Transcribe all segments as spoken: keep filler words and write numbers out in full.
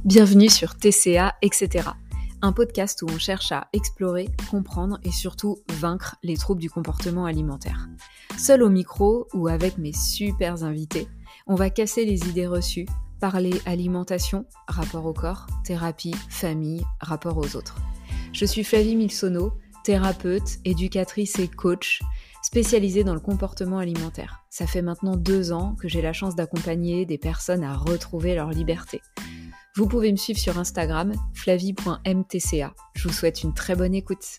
Bienvenue sur T C A, et cetera. Un podcast où on cherche à explorer, comprendre et surtout vaincre les troubles du comportement alimentaire. Seul au micro ou avec mes super invités, on va casser les idées reçues, parler alimentation, rapport au corps, thérapie, famille, rapport aux autres. Je suis Flavie Milsono, thérapeute, éducatrice et coach, spécialisée dans le comportement alimentaire. Ça fait maintenant deux ans que j'ai la chance d'accompagner des personnes à retrouver leur liberté. Vous pouvez me suivre sur Instagram, flavie point m t c a. Je vous souhaite une très bonne écoute.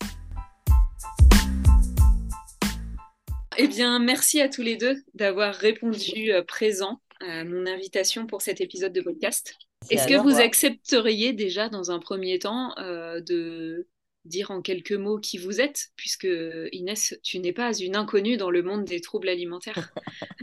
Eh bien, merci à tous les deux d'avoir répondu euh, présent à mon invitation pour cet épisode de podcast. C'est Est-ce que alors, vous quoi. accepteriez déjà, dans un premier temps, euh, de dire en quelques mots qui vous êtes, puisque Inès, tu n'es pas une inconnue dans le monde des troubles alimentaires.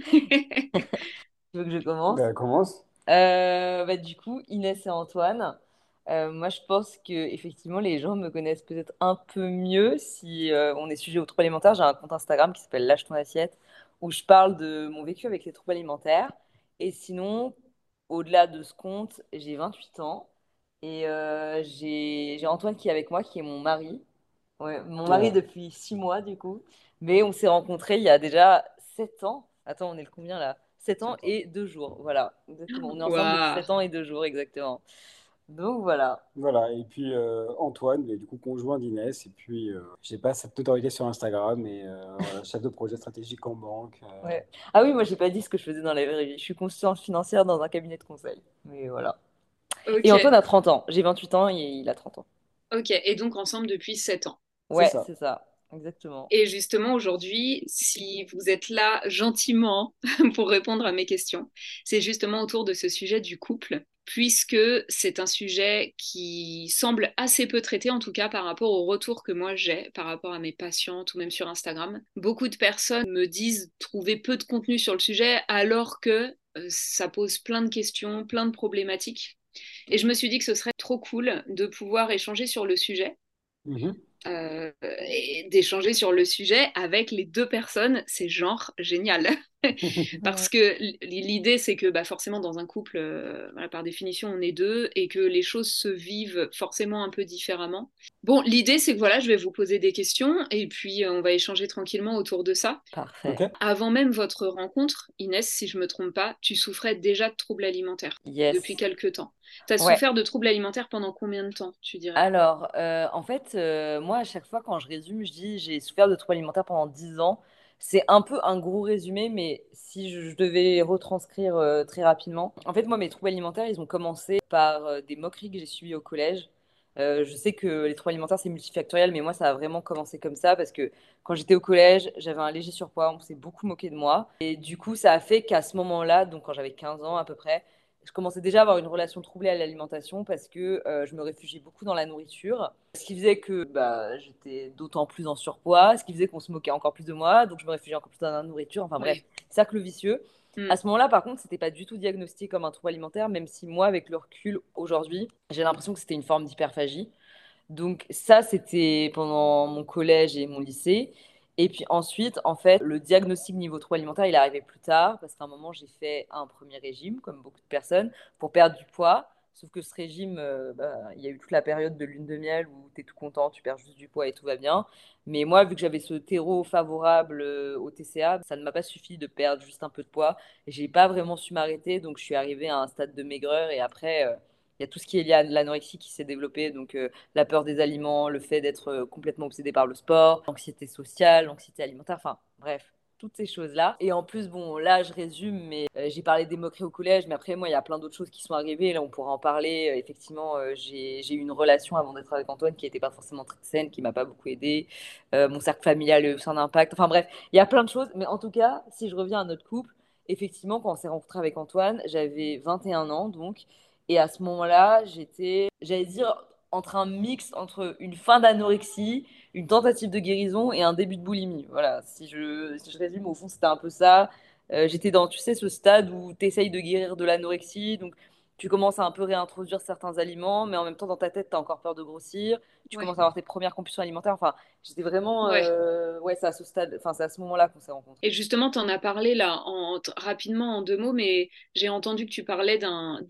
Tu veux que je commence? Bah, commence. Euh, bah, du coup, Inès et Antoine, euh, moi je pense que effectivement les gens me connaissent peut-être un peu mieux si euh, on est sujet aux troubles alimentaires. J'ai un compte Instagram qui s'appelle Lâche ton assiette où je parle de mon vécu avec les troubles alimentaires. Et sinon, au-delà de ce compte, j'ai vingt-huit ans et euh, j'ai j'ai Antoine qui est avec moi, qui est mon mari. Ouais, mon mari Ouais. depuis six mois du coup. Mais on s'est rencontrés il y a déjà sept ans. Attends, on est le combien là? Sept ans Sept ans. et deux jours. Voilà, exactement. On est ensemble depuis Waouh! sept ans et deux jours, exactement. Donc voilà. Voilà, et puis euh, Antoine, mais du coup conjoint d'Inès, et puis euh, j'ai pas cette autorité sur Instagram, mais euh, voilà, chef de projet stratégique en banque. euh, Ouais. Ah oui, moi j'ai pas dit ce que je faisais dans la vraie vie. Je suis consultante financière dans un cabinet de conseil. Mais voilà. Et Antoine Ok, a trente ans. J'ai vingt-huit ans et il a trente ans. ok. Et donc ensemble depuis sept ans. C'est Ouais, ça. c'est ça. Exactement. Et justement, aujourd'hui, si vous êtes là gentiment pour répondre à mes questions, c'est justement autour de ce sujet du couple, puisque c'est un sujet qui semble assez peu traité, en tout cas par rapport au retour que moi j'ai, par rapport à mes patientes ou même sur Instagram. Beaucoup de personnes me disent trouver peu de contenu sur le sujet, alors que euh, ça pose plein de questions, plein de problématiques. Et je me suis dit que ce serait trop cool de pouvoir échanger sur le sujet Mhm. euh, et d'échanger sur le sujet avec les deux personnes, c'est genre génial. Ouais. Parce que l'idée, c'est que bah, forcément, dans un couple, euh, voilà, par définition, on est deux et que les choses se vivent forcément un peu différemment. Bon, l'idée, c'est que voilà, je vais vous poser des questions et puis euh, on va échanger tranquillement autour de ça. Ok. Parfait. Avant même votre rencontre, Inès, si je me trompe pas, tu souffrais déjà de troubles alimentaires depuis Yes. quelques temps. Tu as Ouais. souffert de troubles alimentaires pendant combien de temps, tu dirais? Alors, euh, en fait, euh, moi, à chaque fois, quand je résume, je dis j'ai souffert de troubles alimentaires pendant dix ans. C'est un peu un gros résumé, mais si je, je devais retranscrire euh, très rapidement. En fait, moi, mes troubles alimentaires, ils ont commencé par euh, des moqueries que j'ai subies au collège. Euh, je sais que les troubles alimentaires, c'est multifactoriel, mais moi, ça a vraiment commencé comme ça parce que quand j'étais au collège, j'avais un léger surpoids, on s'est beaucoup moqué de moi. Et du coup, ça a fait qu'à ce moment-là, donc quand j'avais quinze ans à peu près, je commençais déjà à avoir une relation troublée à l'alimentation parce que euh, je me réfugiais beaucoup dans la nourriture. Ce qui faisait que bah, j'étais d'autant plus en surpoids, ce qui faisait qu'on se moquait encore plus de moi, donc je me réfugiais encore plus dans la nourriture. Enfin bref, Ouais. cercle vicieux. À Mm. ce moment-là, par contre, c'était pas du tout diagnostiqué comme un trouble alimentaire, même si moi, avec le recul aujourd'hui, j'ai l'impression que c'était une forme d'hyperphagie. Donc ça, c'était pendant mon collège et mon lycée. Et puis ensuite, en fait, le diagnostic niveau trouble alimentaire, il est arrivé plus tard, parce qu'à un moment, j'ai fait un premier régime, comme beaucoup de personnes, pour perdre du poids. Sauf que ce régime, euh, bah, il y a eu toute la période de lune de miel où tu es tout content, tu perds juste du poids et tout va bien. Mais moi, vu que j'avais ce terreau favorable euh, au T C A, ça ne m'a pas suffi de perdre juste un peu de poids. Et j'ai pas vraiment su m'arrêter, donc je suis arrivée à un stade de maigreur. Et après, euh, il y a tout ce qui est lié à l'anorexie qui s'est développé. Donc, euh, la peur des aliments, le fait d'être euh, complètement obsédé par le sport, l'anxiété sociale, l'anxiété alimentaire, enfin bref, toutes ces choses-là. Et en plus, bon, là, je résume, mais euh, j'ai parlé des moqueries au collège, mais après, moi, il y a plein d'autres choses qui sont arrivées. Là, on pourra en parler. Euh, effectivement, euh, j'ai, j'ai eu une relation avant d'être avec Antoine qui n'était pas forcément très saine, qui m'a pas beaucoup aidée. Euh, mon cercle familial a eu un impact. Enfin bref, il y a plein de choses. Mais en tout cas, si je reviens à notre couple, effectivement, quand on s'est rencontré avec Antoine, j'avais vingt et un ans, donc. Et à ce moment-là, j'étais, j'allais dire, entre un mix entre une fin d'anorexie, une tentative de guérison et un début de boulimie. Voilà, si je, si je résume, au fond, c'était un peu ça. Euh, j'étais dans, tu sais, ce stade où tu essayes de guérir de l'anorexie, donc tu commences à un peu réintroduire certains aliments, mais en même temps, dans ta tête, tu as encore peur de grossir, tu Ouais. commences à avoir tes premières compulsions alimentaires. Enfin, j'étais vraiment, Ouais. euh, ouais, c'est à ce stade, enfin, c'est à ce moment-là qu'on s'est rencontrés. Et justement, tu en as parlé là en, rapidement en deux mots, mais j'ai entendu que tu parlais d'un, du,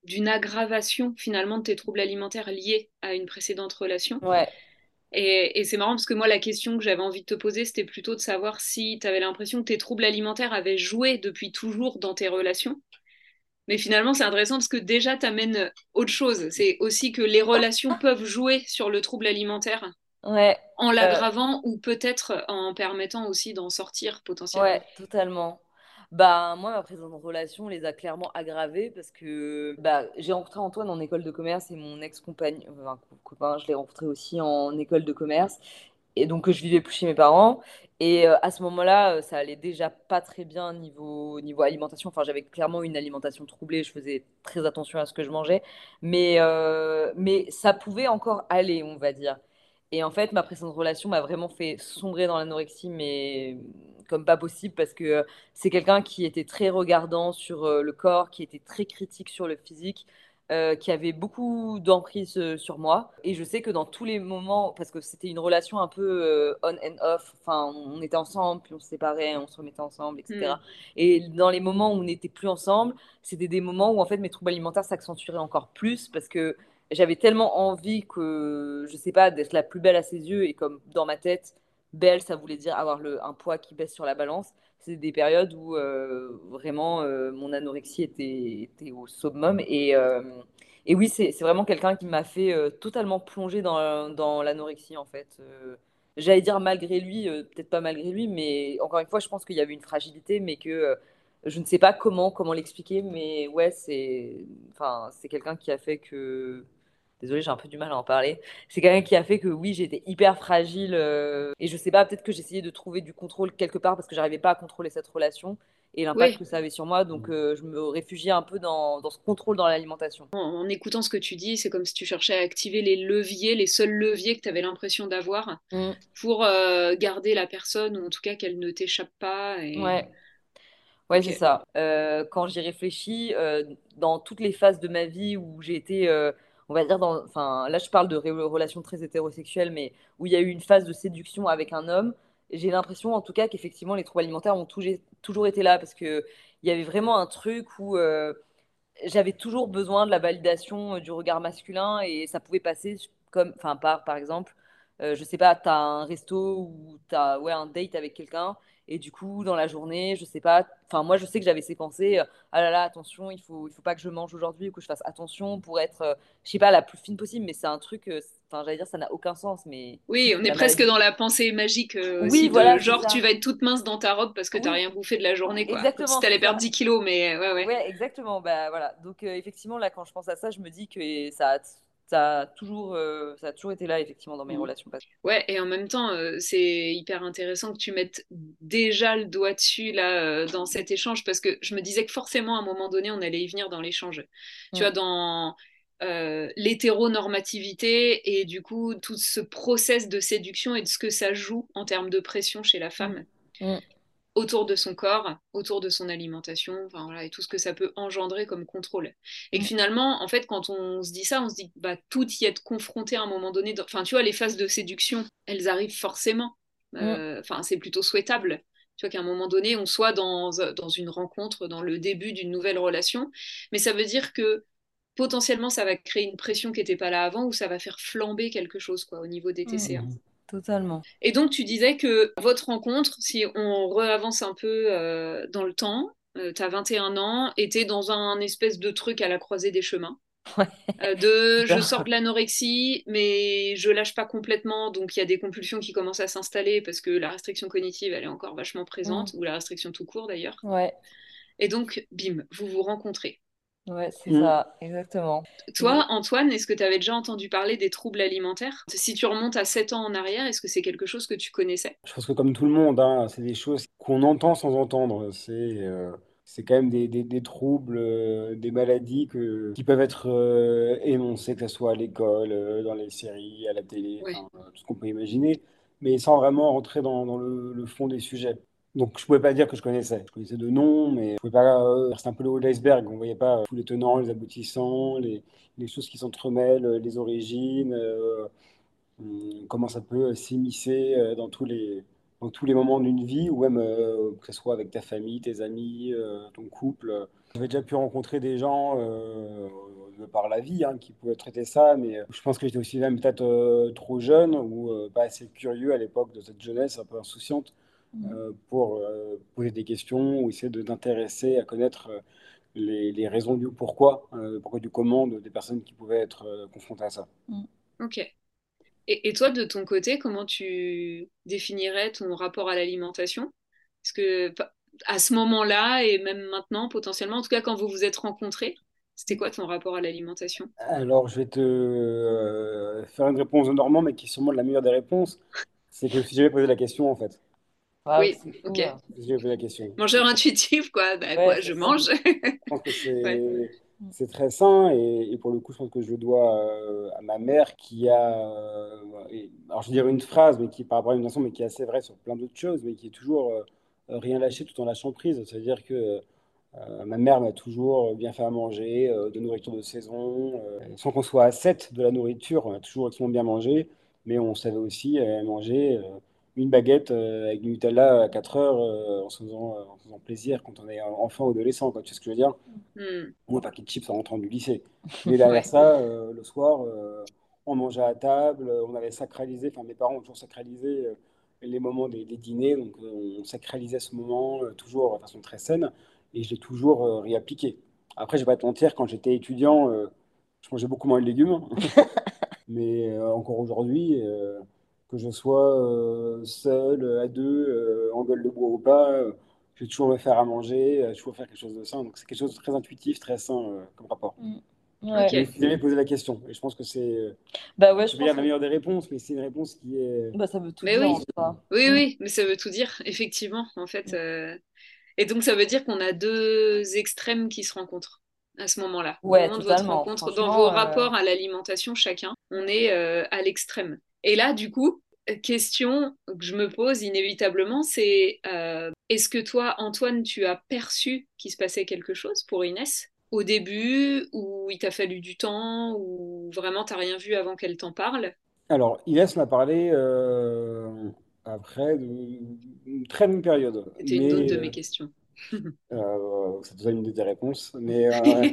d'une aggravation finalement de tes troubles alimentaires liés à une précédente relation. Ouais. Et, et c'est marrant parce que moi, la question que j'avais envie de te poser, c'était plutôt de savoir si tu avais l'impression que tes troubles alimentaires avaient joué depuis toujours dans tes relations. Mais finalement, c'est intéressant parce que déjà, tu amènes autre chose. C'est aussi que les relations peuvent jouer sur le trouble alimentaire Ouais. en Euh, l'aggravant ou peut-être en permettant aussi d'en sortir Ouais, potentiellement. totalement. Bah, moi, ma précédente relation les a clairement aggravées parce que bah, j'ai rencontré Antoine en école de commerce et mon ex-compagne, enfin, co- copain, je l'ai rencontré aussi en école de commerce. Et donc, euh, je vivais plus chez mes parents. Et euh, à ce moment-là, euh, ça allait déjà pas très bien niveau, niveau alimentation. Enfin, j'avais clairement une alimentation troublée. Je faisais très attention à ce que je mangeais. Mais, euh, mais ça pouvait encore aller, on va dire. Et en fait, ma précédente relation m'a vraiment fait sombrer dans l'anorexie, mais comme pas possible, parce que euh, c'est quelqu'un qui était très regardant sur euh, le corps, qui était très critique sur le physique, euh, qui avait beaucoup d'emprise euh, sur moi. Et je sais que dans tous les moments, parce que c'était une relation un peu euh, on and off, enfin, on était ensemble, puis on se séparait, on se remettait ensemble, Hmm. et cetera. Et dans les moments où on n'était plus ensemble, c'était des moments où en fait mes troubles alimentaires s'accentueraient encore plus, parce que j'avais tellement envie que, je sais pas, d'être la plus belle à ses yeux, et comme dans ma tête, belle, ça voulait dire avoir le, un poids qui baisse sur la balance. C'est des périodes où euh, vraiment euh, mon anorexie était, était au summum. Et, euh, et oui, c'est c'est vraiment quelqu'un qui m'a fait euh, totalement plonger dans, dans l'anorexie, en fait. Euh, j'allais dire malgré lui, euh, peut-être pas malgré lui, mais encore une fois, je pense qu'il y avait une fragilité, mais que euh, je ne sais pas comment, comment l'expliquer, mais ouais, c'est enfin, c'est quelqu'un qui a fait que. Désolée, j'ai un peu du mal à en parler. C'est quelqu'un qui a fait que oui, j'étais hyper fragile euh, et je sais pas, peut-être que j'essayais de trouver du contrôle quelque part parce que j'arrivais pas à contrôler cette relation et l'impact Oui, que ça avait sur moi. Donc euh, je me réfugiais un peu dans, dans ce contrôle dans l'alimentation. en, en écoutant ce que tu dis, c'est comme si tu cherchais à activer les leviers, les seuls leviers que tu avais l'impression d'avoir Mm. pour euh, garder la personne, ou en tout cas qu'elle ne t'échappe pas. Et... Ouais, ouais, Ok. c'est ça. Euh, quand j'y réfléchis, euh, dans toutes les phases de ma vie où j'ai été, euh, on va dire, dans, enfin, là je parle de ré- relations très hétérosexuelles, mais où il y a eu une phase de séduction avec un homme, j'ai l'impression en tout cas qu'effectivement les troubles alimentaires ont toujours, toujours été là parce que il y avait vraiment un truc où euh, j'avais toujours besoin de la validation euh, du regard masculin et ça pouvait passer comme, enfin, par, par exemple, euh, je sais pas, t'as un resto ou t'as ouais, un date avec quelqu'un et du coup, dans la journée, je sais pas, enfin, moi, je sais que j'avais ces pensées, euh, ah là là, attention, il faut, il faut pas que je mange aujourd'hui ou que je fasse attention pour être, euh, je sais pas, la plus fine possible, mais c'est un truc, euh, enfin, j'allais dire, ça n'a aucun sens, mais si, Oui, on c'est est la presque magie. dans la pensée magique euh, Oui, aussi de voilà, c'est genre tu ça. vas être toute mince dans ta robe parce que t'as Oui, rien bouffé de la journée, quoi. Comme si exactement, c'est t'allais perdre ça. dix kilos, mais ouais, ouais. Ouais, exactement. Bah voilà. Donc euh, effectivement, là, quand je pense à ça, je me dis que ça a, ça a toujours, euh, ça a toujours été là, effectivement, dans mes Mm. relations passées. Ouais, et en même temps, euh, c'est hyper intéressant que tu mettes déjà le doigt dessus là euh, dans cet échange parce que je me disais que forcément à un moment donné on allait y venir dans l'échange. Tu vois, Mm, dans euh, l'hétéronormativité et du coup tout ce process de séduction et de ce que ça joue en termes de pression chez la mm, femme mm, autour de son corps, autour de son alimentation, enfin voilà, et tout ce que ça peut engendrer comme contrôle. Et que mm, finalement, en fait, quand on se dit ça, on se dit que bah, tout y être confronté à un moment donné. Enfin, tu vois, les phases de séduction, elles arrivent forcément. mm, Euh, Enfin, c'est plutôt souhaitable. Tu vois, qu'à un moment donné, on soit dans, dans une rencontre, dans le début d'une nouvelle relation. Mais ça veut dire que potentiellement, ça va créer une pression qui n'était pas là avant ou ça va faire flamber quelque chose quoi, au niveau des mm. T C A. Mhm. Totalement. Et donc, tu disais que votre rencontre, si on réavance un peu euh, dans le temps, euh, t'as vingt et un ans, et t'es dans un espèce de truc à la croisée des chemins. Ouais, Euh, de c'est je sors ça. de l'anorexie, mais je lâche pas complètement, donc il y a des compulsions qui commencent à s'installer parce que la restriction cognitive, elle est encore vachement Mm, présente, ou la restriction tout court d'ailleurs. ouais, Et donc, bim, vous vous rencontrez. ouais, c'est Mhm. ça, exactement. Toi, J'ai- Antoine, est-ce que tu avais déjà entendu parler des troubles alimentaires? Si tu remontes à sept ans en arrière, est-ce que c'est quelque chose que tu connaissais? Je pense que comme tout le monde, hein, c'est des choses qu'on entend sans entendre. C'est euh, c'est quand même des, des- des troubles, euh, des maladies que, qui peuvent être euh, énoncées, que ce soit à l'école, euh, dans les séries, à la télé, Ouais. enfin, euh, tout ce qu'on peut imaginer, mais sans vraiment rentrer dans, dans le, le fond des sujets. Donc je pouvais pas dire que je connaissais. Je connaissais de nom, mais je pouvais pas. Euh, c'est un peu le haut de l'iceberg. On voyait pas euh, tous les tenants, les aboutissants, les, les choses qui s'entremêlent, euh, les origines. Euh, Hum, comment ça peut s'immiscer euh, dans tous les, dans tous les moments d'une vie, ou même euh, que ce soit avec ta famille, tes amis, euh, ton couple. J'avais déjà pu rencontrer des gens, euh, de par la vie hein, qui pouvaient traiter ça, mais euh, je pense que j'étais aussi même peut-être euh, trop jeune ou euh, pas assez curieux à l'époque de cette jeunesse un peu insouciante Mhm. euh, pour euh, poser des questions ou essayer de- d'intéresser à connaître euh, les, les raisons du pourquoi, euh, pourquoi du comment de- des personnes qui pouvaient être euh, confrontées à ça. Mhm. Ok. Et, et toi, de ton côté, comment tu définirais ton rapport à l'alimentation? Parce que pa- à ce moment-là, et même maintenant, potentiellement, en tout cas quand vous vous êtes rencontrés, c'était quoi ton rapport à l'alimentation? Alors, je vais te euh, faire une réponse de Normand, mais qui est sûrement la meilleure des réponses. C'est que je me suis jamais posé la question, en fait. Waouh, Oui, c'est ok. fou, hein. Je me suis jamais posé la question. Mangeur intuitif, quoi. Bah Ouais, quoi, c'est je ça. mange. Je pense que Ouais. c'est c'est très sain et, et pour le coup, je pense que je le dois euh, à ma mère qui a, euh, et- alors je vais dire une phrase, mais qui par rapport à une nation, mais qui est assez vraie sur plein d'autres choses, mais qui est toujours euh, rien lâché tout en lâchant prise. C'est-à-dire que euh, ma mère m'a toujours bien fait à manger, euh, de nourriture de saison, euh, sans qu'on soit à sept de la nourriture, on a toujours extrêmement bien mangé, mais on savait aussi euh, manger euh, une baguette euh, avec du Nutella à quatre heures euh, en se faisant, euh, en se faisant plaisir quand on est enfant ou adolescent, quoi. Tu sais ce que je veux dire? Hmm. Ou un paquet de chips en rentrant du lycée. Mais derrière Ouais. ça, euh, le soir, euh, on mangeait à table, on avait sacralisé, enfin mes parents ont toujours sacralisé euh, les moments des, des dîners, donc euh, on sacralisait ce moment euh, toujours de façon très saine, et je l'ai toujours euh, réappliqué. Après, je vais pas te mentir, quand j'étais étudiant, euh, je mangeais beaucoup moins de légumes, mais euh, encore aujourd'hui, euh, que je sois euh, seul, à deux, euh, en gueule de bois ou pas, euh, je vais toujours me faire à manger, euh, toujours faire quelque chose de sain. Donc c'est quelque chose de très intuitif, très sain euh, comme rapport. Mm. Ok. Ouais. Mais vous avez posé la question, et je pense que c'est, euh, Bah ouais, je je vais dire pense la que meilleure des réponses, mais c'est une réponse qui est... bah, ça veut tout Mais dire en oui, soi. oui, Mm. oui, mais ça veut tout dire, effectivement, en fait. euh. Et donc ça veut dire qu'on a deux extrêmes qui se rencontrent à ce moment-là. Au Ouais, moment de votre totalement. rencontre, dans vos Franchement, euh, rapports à l'alimentation, chacun, on est euh, à l'extrême. Et là, du coup, euh, question que je me pose inévitablement, c'est euh, est-ce que toi, Antoine, tu as perçu qu'il se passait quelque chose pour Inès au début, ou il t'a fallu du temps, ou vraiment t'as rien vu avant qu'elle t'en parle? Alors, Inès m'a parlé euh, après de- une très longue période, C'était une d'autre mais de mes euh, questions. euh, ça te donne une des réponses, mais... euh,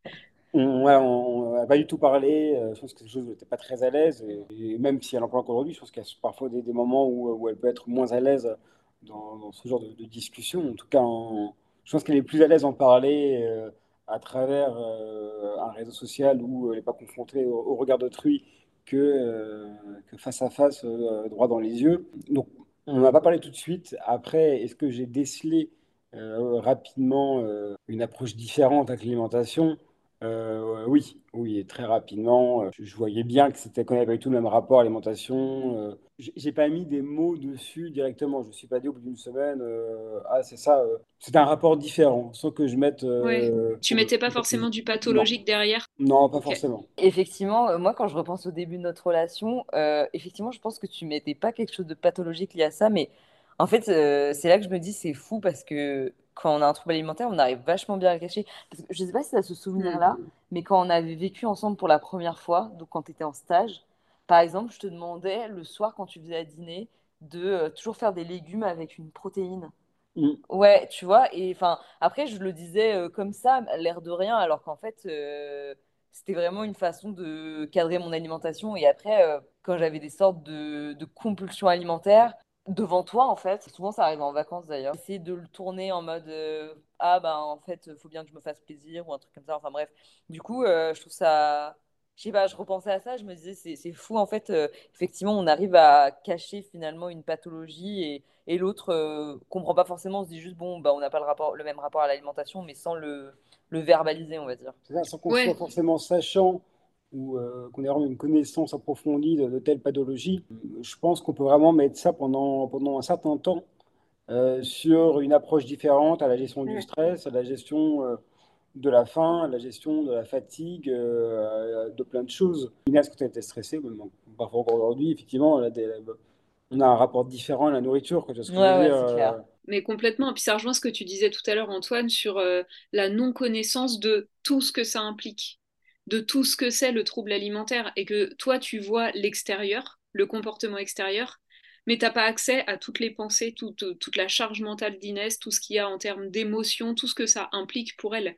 On ouais, on n'a pas du tout parlé. euh, Je pense que c'est quelque chose où elle n'était pas très à l'aise. Et, et même si elle en parle encore aujourd'hui, je pense qu'il y a parfois des, des moments où, où elle peut être moins à l'aise dans, dans ce genre de, de discussion. En tout cas, en- je pense qu'elle est plus à l'aise en parler euh, à travers euh, un réseau social où elle n'est pas confrontée au, au regard d'autrui que, euh, que face à face, euh, droit dans les yeux. Donc, on n'a pas parlé tout de suite. Après, est-ce que j'ai décelé euh, rapidement euh, une approche différente avec l'alimentation? Euh, oui, oui, et très rapidement. euh, Je, je voyais bien que c'était qu'on n'avait pas du tout le même rapport à l'alimentation. euh, j'ai j'ai pas mis des mots dessus directement. Je me suis pas dit au bout d'une semaine, euh, ah c'est ça. euh, C'était un rapport différent, sans que je mette. Ouais. euh, Tu oh, mettais pas une forcément pathologie. du Non, pathologique derrière? non, pas Ok. forcément. effectivement, euh, moi, quand je repense au début de notre relation, euh, effectivement, je pense que tu mettais pas quelque chose de pathologique lié à ça, mais en fait, euh, c'est là que je me dis, c'est fou parce que quand on a un trouble alimentaire, on arrive vachement bien à le cacher. Parce que, je sais pas si tu as ce Hmm. souvenir-là, mais quand on avait vécu ensemble pour la première fois, donc quand tu étais en stage, par exemple, je te demandais le soir, quand tu faisais à dîner, de euh, toujours faire des légumes avec une protéine. Mm. Ouais, tu vois, et enfin, après, je le disais euh, comme ça, l'air de rien, alors qu'en fait, euh, c'était vraiment une façon de cadrer mon alimentation. Et après, euh, quand j'avais des sortes de, de compulsions alimentaires, devant toi, en fait, souvent ça arrive en vacances d'ailleurs, essayer de le tourner en mode euh, ah, ben en fait, faut bien que je me fasse plaisir ou un truc comme ça. Enfin bref, du coup, euh, je trouve ça. Je sais pas, je repensais à ça, je me disais, c'est c'est fou, en fait, euh, effectivement, on arrive à cacher finalement une pathologie et et l'autre euh, comprend pas forcément, on se dit juste, bon, bah, on n'a pas le, rapport, le même rapport à l'alimentation, mais sans le, le verbaliser, on va dire. C'est ça, sans qu'on soit Ouais, forcément sachant ou euh, qu'on ait vraiment une connaissance approfondie de, de telle pathologie. Je pense qu'on peut vraiment mettre ça pendant, pendant un certain temps euh, sur une approche différente à la gestion du Mm. stress, à la gestion euh, de la faim, à la gestion de la fatigue, euh, de plein de choses. Inès, quand elle était stressée, même parfois encore aujourd'hui, effectivement, elle a des- on a un rapport différent à la nourriture, quoi, tu vois ce Ouais, que je veux ouais, dire. c'est euh, clair. mais complètement. Puis ça rejoint ce que tu disais tout à l'heure, Antoine, sur euh, la non-connaissance de tout ce que ça implique, de tout ce que c'est le trouble alimentaire, et que toi, tu vois l'extérieur, le comportement extérieur, mais t'as pas accès à toutes les pensées, toute, toute la charge mentale d'Inès, tout ce qu'il y a en termes d'émotions, tout ce que ça implique pour elle.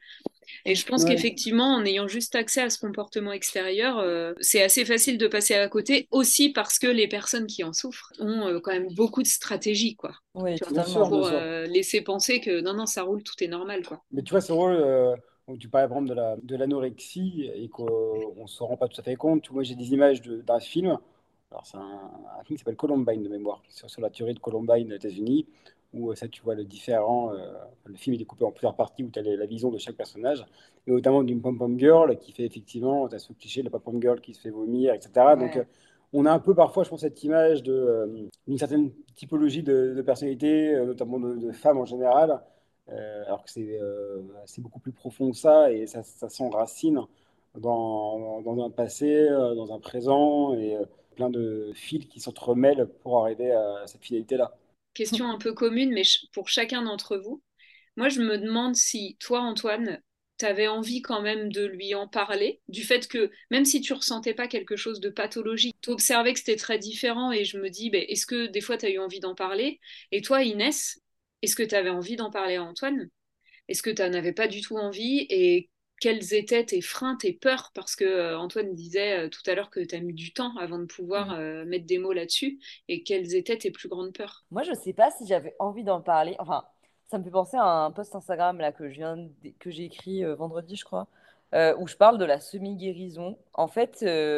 Et je pense Ouais. qu'effectivement, en ayant juste accès à ce comportement extérieur, euh, c'est assez facile de passer à côté, aussi parce que les personnes qui en souffrent ont euh, quand même beaucoup de stratégies, quoi. Oui, Tu vois, Bien sûr, totalement. bien pour sûr. euh, laisser penser que non, non, ça roule, tout est normal, quoi. Mais tu vois, c'est drôle, euh, où tu parlais par exemple de la, de l'anorexie et qu'on ne se rend pas tout à fait compte. Tu vois, moi, j'ai des images de- d'un film. Alors, c'est un, un film qui s'appelle Columbine de mémoire, sur, sur la tuerie de Columbine aux États-Unis, où euh, ça, tu vois le différent. Euh, le film est découpé en plusieurs parties où tu as la vision de chaque personnage, et notamment d'une pom-pom girl qui fait effectivement, tu as ce cliché de la pom-pom girl qui se fait vomir, et cetera. Donc, euh, Ouais. on a un peu parfois, je pense, cette image de, euh, d'une certaine typologie de, de personnalité, euh, notamment de, de femmes en général, euh, alors que c'est euh, c'est beaucoup plus profond que ça et ça, ça s'enracine dans, dans un passé, euh, dans un présent et euh, plein de fils qui s'entremêlent pour arriver à cette finalité-là. Question un peu commune, mais ch- pour chacun d'entre vous. Moi, je me demande si toi, Antoine, t'avais envie quand même de lui en parler, du fait que même si tu ressentais pas quelque chose de pathologique, tu observais que c'était très différent et je me dis, ben, est-ce que des fois tu as eu envie d'en parler? Et toi, Inès, est-ce que tu avais envie d'en parler à Antoine? Est-ce que tu n'en avais pas du tout envie? Et quels étaient tes freins, tes peurs? Parce que euh, Antoine disait euh, tout à l'heure que tu as mis du temps avant de pouvoir Mm. euh, mettre des mots là-dessus. Et quelles étaient tes plus grandes peurs? Moi, je sais pas si j'avais envie d'en parler. Enfin, ça me fait penser à un post Instagram là que je viens de- que j'ai écrit euh, vendredi, je crois, euh, où je parle de la semi-guérison. En fait,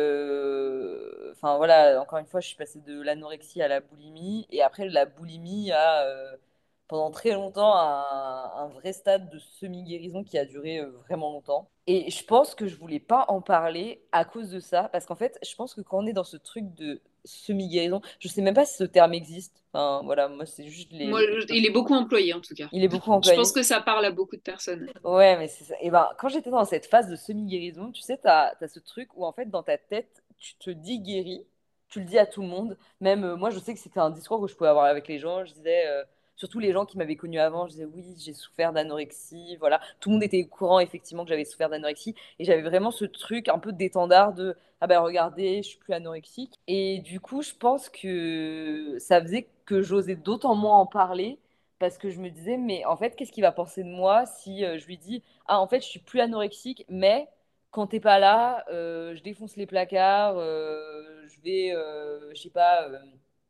euh, enfin voilà, encore une fois, je suis passée de l'anorexie à la boulimie, et après la boulimie a euh, pendant très longtemps un, un vrai stade de semi-guérison qui a duré euh, vraiment longtemps. Et je pense que je voulais pas en parler à cause de ça, parce qu'en fait, je pense que quand on est dans ce truc de semi-guérison, je sais même pas si ce terme existe. Enfin, voilà, moi, c'est juste les, Moi, les- je- il est beaucoup employé en tout cas. Il est beaucoup Je pense employé. que ça parle à beaucoup de personnes. Ouais, mais c'est ça. Et ben, quand j'étais dans cette phase de semi-guérison, tu sais, t'as, t'as ce truc où, en fait, dans ta tête, tu te dis guéri, tu le dis à tout le monde. Même euh, moi, je sais que c'était un discours que je pouvais avoir avec les gens. Je disais, euh, surtout les gens qui m'avaient connu avant, je disais, oui, j'ai souffert d'anorexie. Voilà. Tout le monde était au courant, effectivement, que j'avais souffert d'anorexie. Et j'avais vraiment ce truc un peu d'étendard de, ah ben, regardez, je suis plus anorexique. Et du coup, je pense que ça faisait que j'osais d'autant moins en parler parce que je me disais, mais en fait, qu'est-ce qu'il va penser de moi si euh, je lui dis, ah, en fait, je suis plus anorexique, mais quand t'es pas là, euh, je défonce les placards, euh, je vais, euh, je sais pas, euh,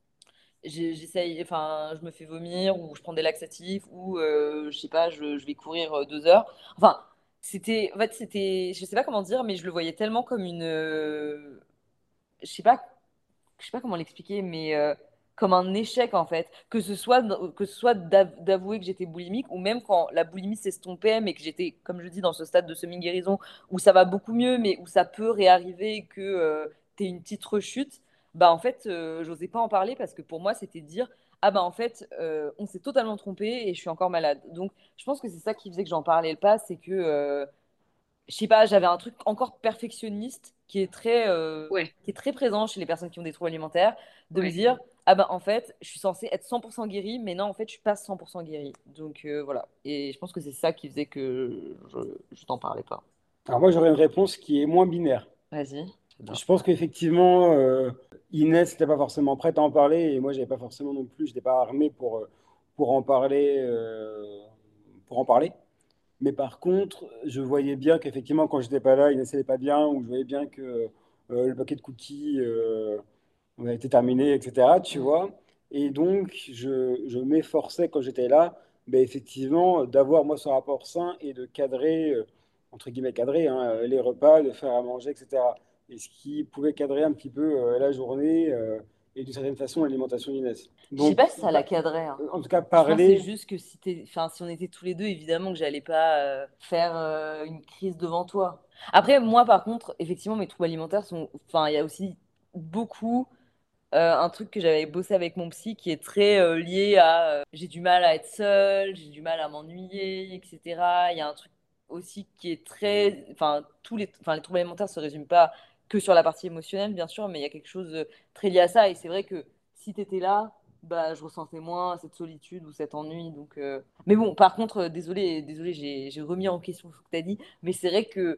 j'ai- j'essaye, enfin, je me fais vomir ou je prends des laxatifs ou, euh, je sais pas, je, je vais courir euh, deux heures. Enfin, c'était, en fait, c'était, je sais pas comment dire, mais je le voyais tellement comme une, euh, je sais pas je sais pas comment l'expliquer, mais euh, comme un échec en fait. Que ce soit, que ce soit d'av- d'avouer que j'étais boulimique ou même quand la boulimie s'estompait, mais que j'étais, comme je dis, dans ce stade de semi-guérison où ça va beaucoup mieux, mais où ça peut réarriver que euh, t'aies une petite rechute, bah en fait, euh, j'osais pas en parler parce que pour moi, c'était dire. Ah bah en fait, euh, on s'est totalement trompé et je suis encore malade. Donc je pense que c'est ça qui faisait que j'en parlais pas, c'est que euh, je sais pas, j'avais un truc encore perfectionniste qui est très, euh, Ouais, qui est très présent chez les personnes qui ont des troubles alimentaires, de me ouais. dire, ah ben en fait, je suis censée être cent pour cent guérie, mais non, en fait, je suis pas cent pour cent guérie. Donc euh, voilà. Et je pense que c'est ça qui faisait que je, je t'en parlais pas. Alors moi, j'aurais une réponse qui est moins binaire. Vas-y. J'adore. Je pense qu'effectivement, euh, Inès n'était pas forcément prête à en parler et moi, j'avais pas forcément non plus, je n'étais pas armé pour, euh, pour en parler, euh, pour en parler. Mais par contre, je voyais bien qu'effectivement, quand j'étais pas là, Inès n'allait pas bien, ou je voyais bien que euh, le paquet de cookies euh, on a été terminé, et cetera. Tu Mm. vois? Et donc, je, je m'efforçais quand j'étais là, ben, effectivement, d'avoir moi ce rapport sain et de cadrer, euh, entre guillemets cadrer, hein, euh, les repas, de faire à manger, et cetera. Et ce qui pouvait cadrer un petit peu euh, la journée euh, et d'une certaine façon l'alimentation d'Inès. Je sais Donc, pas si ça la bah, cadrait, hein. en tout cas, Je pensais parler. juste que si t'es, enfin, si on était tous les deux, évidemment que j'allais pas euh, faire euh, une crise devant toi. Après, moi, par contre, effectivement, mes troubles alimentaires sont, enfin, il y a aussi beaucoup euh, un truc que j'avais bossé avec mon psy qui est très euh, lié à euh, j'ai du mal à être seule, j'ai du mal à m'ennuyer, et cetera. Il y a un truc aussi qui est très, enfin, tous les, enfin, les troubles alimentaires se résument pas que sur la partie émotionnelle, bien sûr, mais il y a quelque chose de très lié à ça. Et c'est vrai que si tu étais là, bah, je ressentais moins cette solitude ou cet ennui. Donc, euh, mais bon, par contre, euh, désolé, désolé, j'ai j'ai remis en question ce que tu as dit, mais c'est vrai que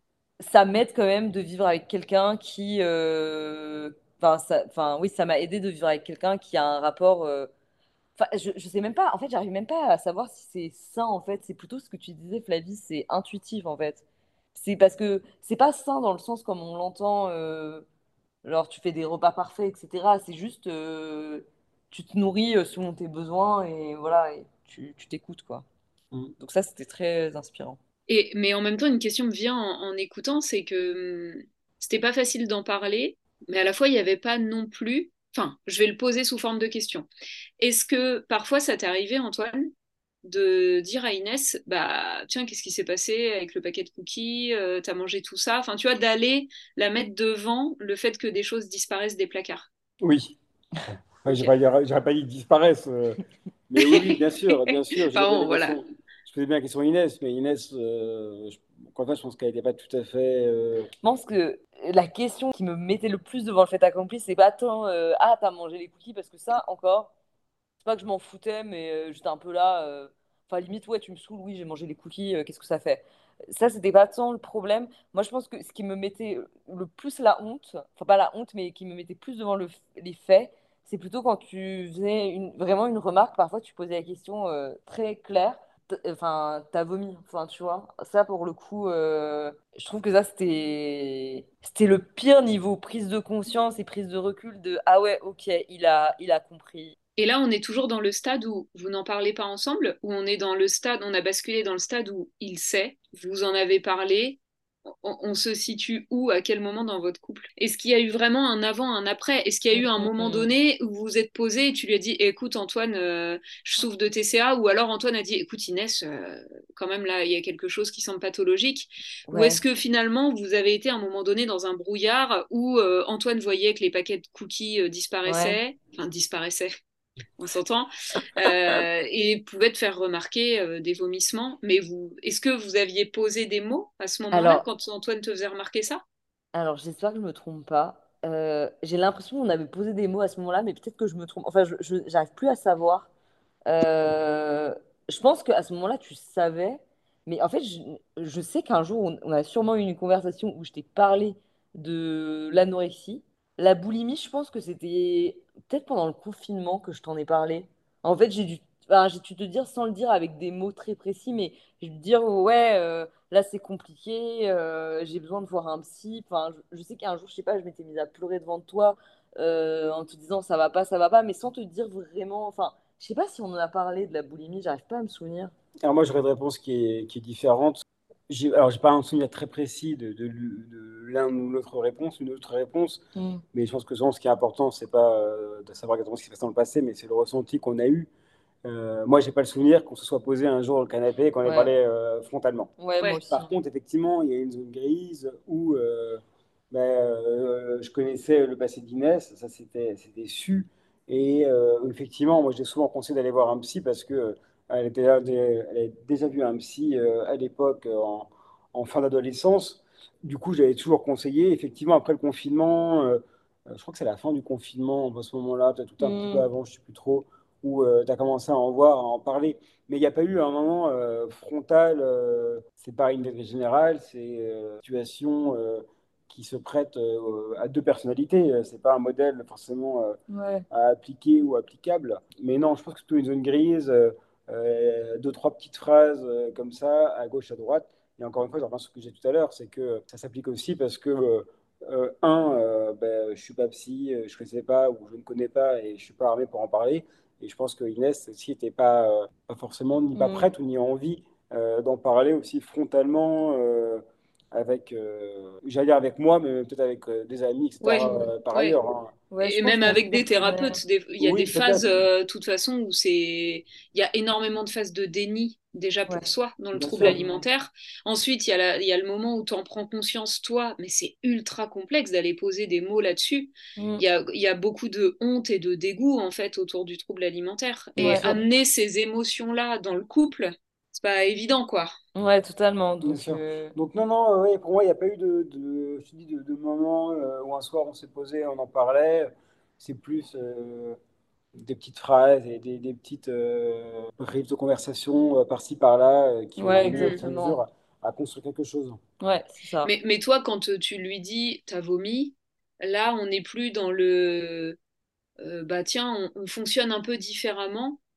ça m'aide quand même de vivre avec quelqu'un qui, euh, enfin, ça, enfin, oui, ça m'a aidé de vivre avec quelqu'un qui a un rapport euh, Enfin, je, je sais même pas, en fait, j'arrive même pas à savoir si c'est sain, en fait. C'est plutôt ce que tu disais, Flavie, c'est intuitif, en fait. C'est parce que c'est pas sain dans le sens comme on l'entend, euh, genre tu fais des repas parfaits, et cetera. C'est juste, euh, tu te nourris euh, selon tes besoins et voilà, et tu tu t'écoutes, quoi. Mm. Donc ça, c'était très inspirant. Et, mais en même temps, une question me vient en, en écoutant, c'est que hum, c'était pas facile d'en parler, mais à la fois, il n'y avait pas non plus. Enfin, je vais le poser sous forme de question. Est-ce que parfois ça t'est arrivé, Antoine, de dire à Inès, bah tiens, qu'est-ce qui s'est passé avec le paquet de cookies, euh, t'as mangé tout ça, enfin tu vois, d'aller la mettre devant le fait que des choses disparaissent des placards. Oui. Enfin, Ok. j'aurais pas, j'aurais pas dit qu'ils disparaissent. euh, Mais oui, oui, bien sûr, bien sûr. J'ai posé Pardon, la voilà. question. Je posais bien la question à Inès, mais Inès, euh, je, encore une fois, je pense qu'elle n'était pas tout à fait. euh, Je pense que la question qui me mettait le plus devant le fait accompli, c'est pas tant euh, ah, t'as mangé les cookies, parce que ça, encore, c'est pas que je m'en foutais, mais euh, j'étais un peu là. euh, Enfin, limite, ouais, tu me saoules, oui, j'ai mangé les cookies, euh, qu'est-ce que ça fait? Ça, c'était pas tant le problème. Moi, je pense que ce qui me mettait le plus la honte, enfin, pas la honte, mais qui me mettait plus devant le, f- les faits, c'est plutôt quand tu faisais une, vraiment une remarque. Parfois, tu posais la question euh, très claire. T- Enfin, t'as vomi. Enfin, tu vois. Ça, pour le coup, euh, je trouve que ça, c'était, c'était le pire niveau prise de conscience et prise de recul de, ah ouais, ok, il a, il a compris. Et là, on est toujours dans le stade où vous n'en parlez pas ensemble, où on est dans le stade, on a basculé dans le stade où il sait, vous en avez parlé, on, on se situe où, à quel moment dans votre couple? Est-ce qu'il y a eu vraiment un avant, un après? Est-ce qu'il y a eu un moment Mm. donné où vous vous êtes posé et tu lui as dit, écoute Antoine, euh, je souffre de T C A, ou alors Antoine a dit, écoute Inès, euh, quand même là, il y a quelque chose qui semble pathologique, ou est-ce Ouais. que finalement vous avez été à un moment donné dans un brouillard où euh, Antoine voyait que les paquets de cookies euh, Ouais. disparaissaient, enfin disparaissaient, on s'entend, euh, et pouvait te faire remarquer euh, des vomissements. Mais vous, est-ce que vous aviez posé des mots à ce moment-là Alors, quand Antoine te faisait remarquer ça? alors j'espère que je me trompe pas. Euh, j'ai l'impression qu'on avait posé des mots à ce moment-là, mais peut-être que je me trompe. Enfin, je, je- j'arrive plus à savoir. Euh, je pense qu'à ce moment-là, tu savais. Mais en fait, je, je sais qu'un jour, on, on a sûrement eu une conversation où je t'ai parlé de l'anorexie. La boulimie, je pense que c'était peut-être pendant le confinement que je t'en ai parlé. En fait, j'ai dû, enfin, j'ai dû te dire sans le dire avec des mots très précis, mais j'ai dû te dire, ouais, euh, là c'est compliqué, euh, j'ai besoin de voir un psy. Enfin, je, je sais qu'un jour, je sais pas, je m'étais mise à pleurer devant toi euh, en te disant ça va pas, ça va pas, mais sans te dire vraiment. Enfin, je sais pas si on en a parlé de la boulimie, j'arrive pas à me souvenir. Alors moi, j'aurais une réponse qui est, qui est différente. J'ai, alors, j'ai pas un souvenir très précis de, de, de l'un ou l'autre réponse, une autre réponse, Mm. mais je pense que souvent, ce qui est important, c'est pas euh, de savoir exactement ce qui s'est passé dans le passé, mais c'est le ressenti qu'on a eu. Euh, moi, j'ai pas le souvenir qu'on se soit posé un jour au canapé et qu'on ait Ouais, parlé euh, frontalement. ouais, moi Ouais, aussi. Par contre, effectivement, il y a une zone grise où euh, ben, euh, je connaissais le passé d'Inès, ça c'était c'était su. Et euh, effectivement, moi j'ai souvent conseillé d'aller voir un psy parce que euh, elle était, là- elle avait déjà vu un psy euh, à l'époque euh, en, en fin d'adolescence. Du coup, j'avais toujours conseillé. Effectivement, après le confinement, euh, euh, je crois que c'est la fin du confinement, à ce moment-là, peut-être tout un petit peu Mm. avant, je ne sais plus trop, où tu as commencé à en voir, à en parler. Mais il n'y a pas eu un moment euh, frontal. Euh, c'est pas une règle générale, c'est euh, une situation euh, qui se prête euh, à deux personnalités. Euh, C'est pas un modèle forcément euh, Ouais. à appliquer ou applicable. Mais non, je pense que c'est plutôt une zone grise, euh, euh, deux, trois petites phrases euh, comme ça, à gauche, à droite. Et encore une fois, je reviens sur ce que j'ai dit tout à l'heure, c'est que ça s'applique aussi parce que, euh, euh, un, euh, ben, je suis pas psy, euh, je ne sais pas ou je ne connais pas et je suis pas armé pour en parler. Et je pense que Inès aussi n'était pas, euh, pas forcément ni pas Mm. prête ou ni envie euh, d'en parler aussi frontalement euh, avec, euh, j'allais dire avec moi, mais peut-être avec euh, des amis, et cetera ouais, Mm. euh, par ouais. ailleurs, hein. Ouais, je Et pense même qu'on se avec des comprenait. thérapeutes, des- il y a des Oui, phases, peut-être, euh, de toute façon, où c'est, il y a énormément de phases de déni déjà pour Ouais. soi dans le bien trouble sûr. Mm. alimentaire. Ensuite, il y a la- il y a le moment où tu en prends conscience toi, mais c'est ultra complexe d'aller poser des mots là-dessus. Mm. Il y a, il y a beaucoup de honte et de dégoût en fait autour du trouble alimentaire. Bien Et Ouais. sûr, amener ces émotions-là dans le couple, c'est pas évident, quoi. Ouais, totalement. bien Donc, sûr. euh, Donc non, non, euh, ouais, pour moi, il n'y a pas eu de, de, je te dis, de, de moment euh, où un soir on s'est posé, on en parlait. C'est plus euh, des petites phrases et des, des petites euh, bribes de conversation euh, par-ci, par-là euh, qui ont ouais, amené au Hmm. fur et à mesure exactement. à, à construire quelque chose. Ouais, c'est ça. Mais, mais toi, quand euh, tu lui dis t'as vomi, là, on n'est plus dans le euh, bah tiens, on, on fonctionne un peu différemment.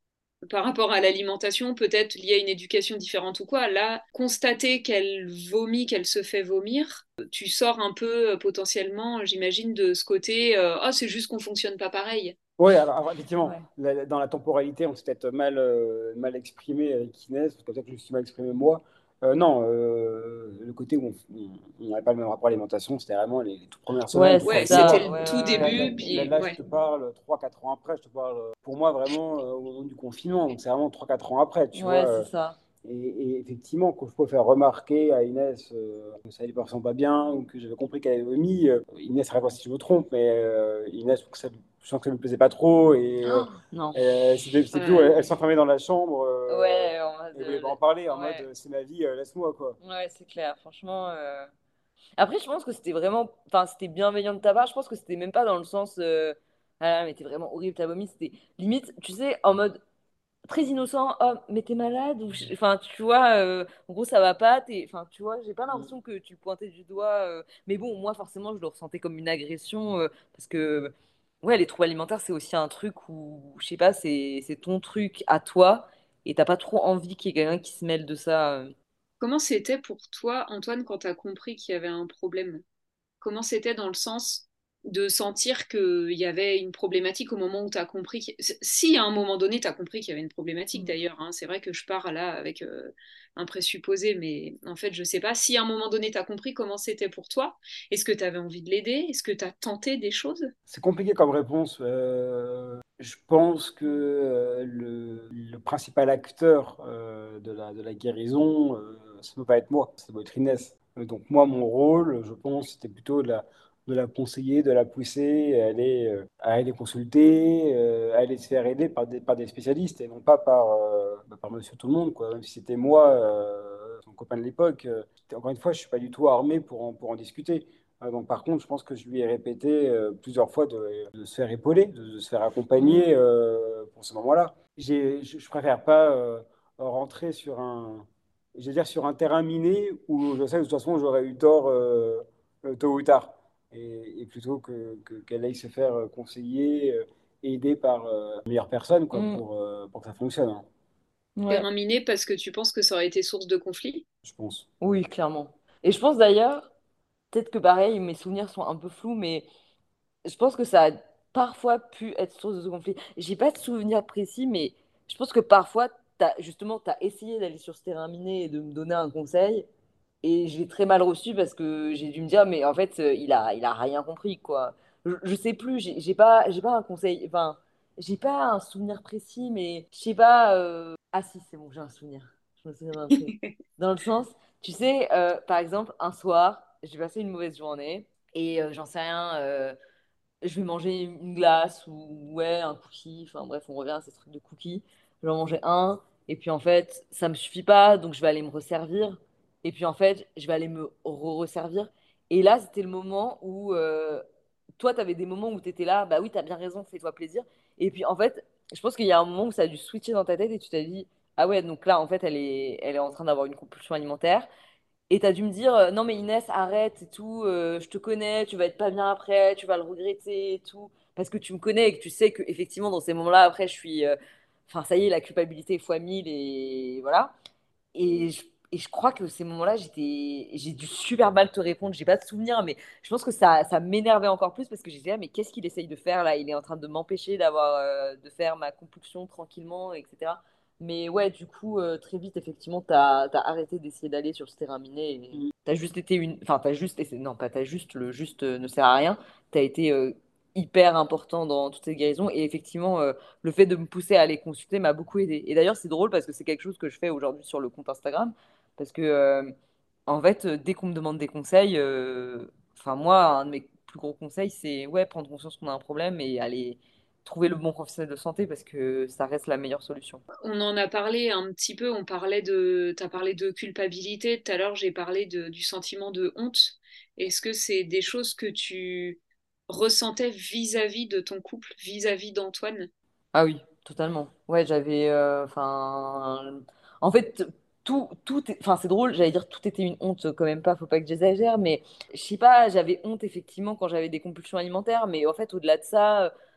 par rapport à l'alimentation, peut-être lié à une éducation différente ou quoi. Là, constater qu'elle vomit, qu'elle se fait vomir, tu sors un peu euh, potentiellement, j'imagine, de ce côté euh, oh, c'est juste qu'on fonctionne pas pareil. Oui, alors, alors, effectivement, Ouais. la- dans la temporalité, on s'est peut-être mal, euh, mal exprimé avec Inès, parce que peut-être que je me suis mal exprimé moi. Euh, non, euh, le côté où on n'avait pas le même rapport à l'alimentation, c'était vraiment les, les toutes premières semaines. Ouais, c'est Ouais, Franchement, c'était ça. le Ouais, tout ouais, là, ouais. là- début, là- puis là, je ouais. te parle trois quatre ans après, je te parle, euh, pour moi, vraiment, euh, au moment du confinement. Donc, c'est vraiment trois quatre ans après, tu vois. Ouais, c'est euh, ça. et, et effectivement, quand je peux faire remarquer à Inès euh, que ça allait pas pas bien ou que j'avais compris qu'elle avait vomi, euh, Inès, arrête si je me trompe, mais euh, Inès, que ça, je sens que ça ne lui plaisait pas trop. Et euh, Oh, non. euh, c'était c'était plutôt, Ouais. elle, elle s'enfermait dans la chambre euh, Ouais, en mode, et voulait pas en euh, parler, en mode ouais, c'est ma vie, euh, laisse-moi quoi. ouais, c'est clair. Franchement. euh, Après, je pense que c'était vraiment. Enfin, c'était bienveillant de ta part. Je pense que c'était même pas dans le sens. euh, Ah, mais t'es vraiment horrible, t'as vomi. C'était limite, tu sais, en mode très innocent. Oh, mais t'es malade ou je- enfin tu vois euh, en gros ça va pas t'es enfin tu vois j'ai pas l'impression que tu le pointais du doigt euh, mais bon moi forcément je le ressentais comme une agression euh, parce que ouais les troubles alimentaires c'est aussi un truc où je sais pas c'est c'est ton truc à toi et t'as pas trop envie qu'il y ait quelqu'un qui se mêle de ça euh. Comment c'était pour toi, Antoine, quand tu as compris qu'il y avait un problème? Comment c'était dans le sens de sentir qu'il y avait une problématique au moment où tu as compris qu'il- si à un moment donné tu as compris qu'il y avait une problématique Mm. d'ailleurs, hein, c'est vrai que je pars là avec euh, un présupposé, mais en fait je sais pas, si à un moment donné tu as compris comment c'était pour toi, est-ce que tu avais envie de l'aider? Est-ce que tu as tenté des choses? C'est compliqué comme réponse. Euh, je pense que euh, le, le principal acteur euh, de la, de la guérison, euh, ça ne peut pas être moi, ça doit être Inès. Euh, Donc moi, mon rôle, je pense, c'était plutôt de la, de la conseiller, de la pousser à aller, euh, à aller consulter, euh, à aller se faire aider par des, par des spécialistes et non pas par, euh, bah, par monsieur tout le monde, quoi. Même si c'était moi, euh, son copain de l'époque, euh, encore une fois, je ne suis pas du tout armé pour en, pour en discuter. Euh, donc, par contre, je pense que je lui ai répété euh, plusieurs fois de, de se faire épauler, de, de se faire Mm. accompagner euh, pour ce moment-là. J'ai, je, je préfère pas euh, rentrer sur un, je veux dire, sur un terrain miné où je sais que de toute façon j'aurais eu tort euh, euh, tôt ou tard. Et, et plutôt que, que- qu'elle aille se faire euh, conseiller, euh, aider par euh, la meilleure personne quoi, Mm. pour, euh, pour que ça fonctionne, hein, Ouais, Terrain miné parce que tu penses que ça aurait été source de conflit? je pense. oui clairement et je pense d'ailleurs peut-être que pareil mes souvenirs sont un peu flous mais je pense que ça a parfois pu être source de ce conflit. J'ai pas de souvenir précis, mais je pense que parfois, t'as, justement, tu as essayé d'aller sur ce terrain miné et de me donner un conseil, et je l'ai très mal reçu parce que j'ai dû me dire, mais en fait, euh, il a, il a rien compris, quoi. Je, je sais plus, j'ai j'ai pas, j'ai pas un conseil, enfin, j'ai pas un souvenir précis, mais je sais pas. euh, Ah si, c'est bon, j'ai un souvenir. Je me souviens d'un truc. Dans le sens, tu sais, euh, par exemple, un soir, j'ai passé une mauvaise journée et euh, j'en sais rien. euh, je vais manger une glace ou ouais, un cookie. Enfin bref, on revient à ces trucs de cookies. Je vais en manger un. Et puis en fait, ça me suffit pas, donc je vais aller me resservir. Et puis en fait, je vais aller me re-resservir. Et là, c'était le moment où euh, toi, tu avais des moments où tu étais là, bah oui, tu as bien raison, fais-toi plaisir. Et puis en fait, je pense qu'il y a un moment où ça a dû switcher dans ta tête et tu t'as dit, ah ouais, donc là, en fait, elle est, elle est en train d'avoir une compulsion alimentaire. Et t'as dû me dire, euh, non mais Inès, arrête et tout, euh, je te connais, tu vas être pas bien après, tu vas le regretter et tout. Parce que tu me connais et que tu sais que effectivement dans ces moments-là, après, je suis... euh, Enfin, ça y est, la culpabilité est fois mille et voilà. Et je, et je crois que ces moments-là, j'étais, j'ai dû super mal te répondre, j'ai pas de souvenir, mais je pense que ça, ça m'énervait encore plus parce que j'étais là, mais qu'est-ce qu'il essaye de faire là? Il est en train de m'empêcher d'avoir, euh, de faire ma compulsion tranquillement, et cetera. Mais ouais, du coup, euh, très vite, effectivement, t'as, t'as arrêté d'essayer d'aller sur ce terrain miné et t'as juste été une. Enfin, t'as juste essayé. Non, pas t'as juste, le juste euh, ne sert à rien. T'as été euh, hyper important dans toutes ces guérisons et effectivement, euh, le fait de me pousser à aller consulter m'a beaucoup aidé. Et d'ailleurs, c'est drôle parce que c'est quelque chose que je fais aujourd'hui sur le compte Instagram. Parce que, euh, en fait, euh, dès qu'on me demande des conseils, euh, enfin, moi, un de mes plus gros conseils, c'est ouais, prendre conscience qu'on a un problème et aller trouver le bon professionnel de santé parce que ça reste la meilleure solution. On en a parlé un petit peu, on parlait de, t'as parlé de culpabilité, tout à l'heure j'ai parlé de, du sentiment de honte. Est-ce que c'est des choses que tu ressentais vis-à-vis de ton couple, vis-à-vis d'Antoine? Ah oui, totalement. Ouais, j'avais. euh, Enfin. En fait, tout, tout est- enfin, c'est drôle, j'allais dire tout était une honte, quand même pas, faut pas que j'exagère, mais je sais pas, j'avais honte effectivement quand j'avais des compulsions alimentaires, mais en fait, au-delà de ça,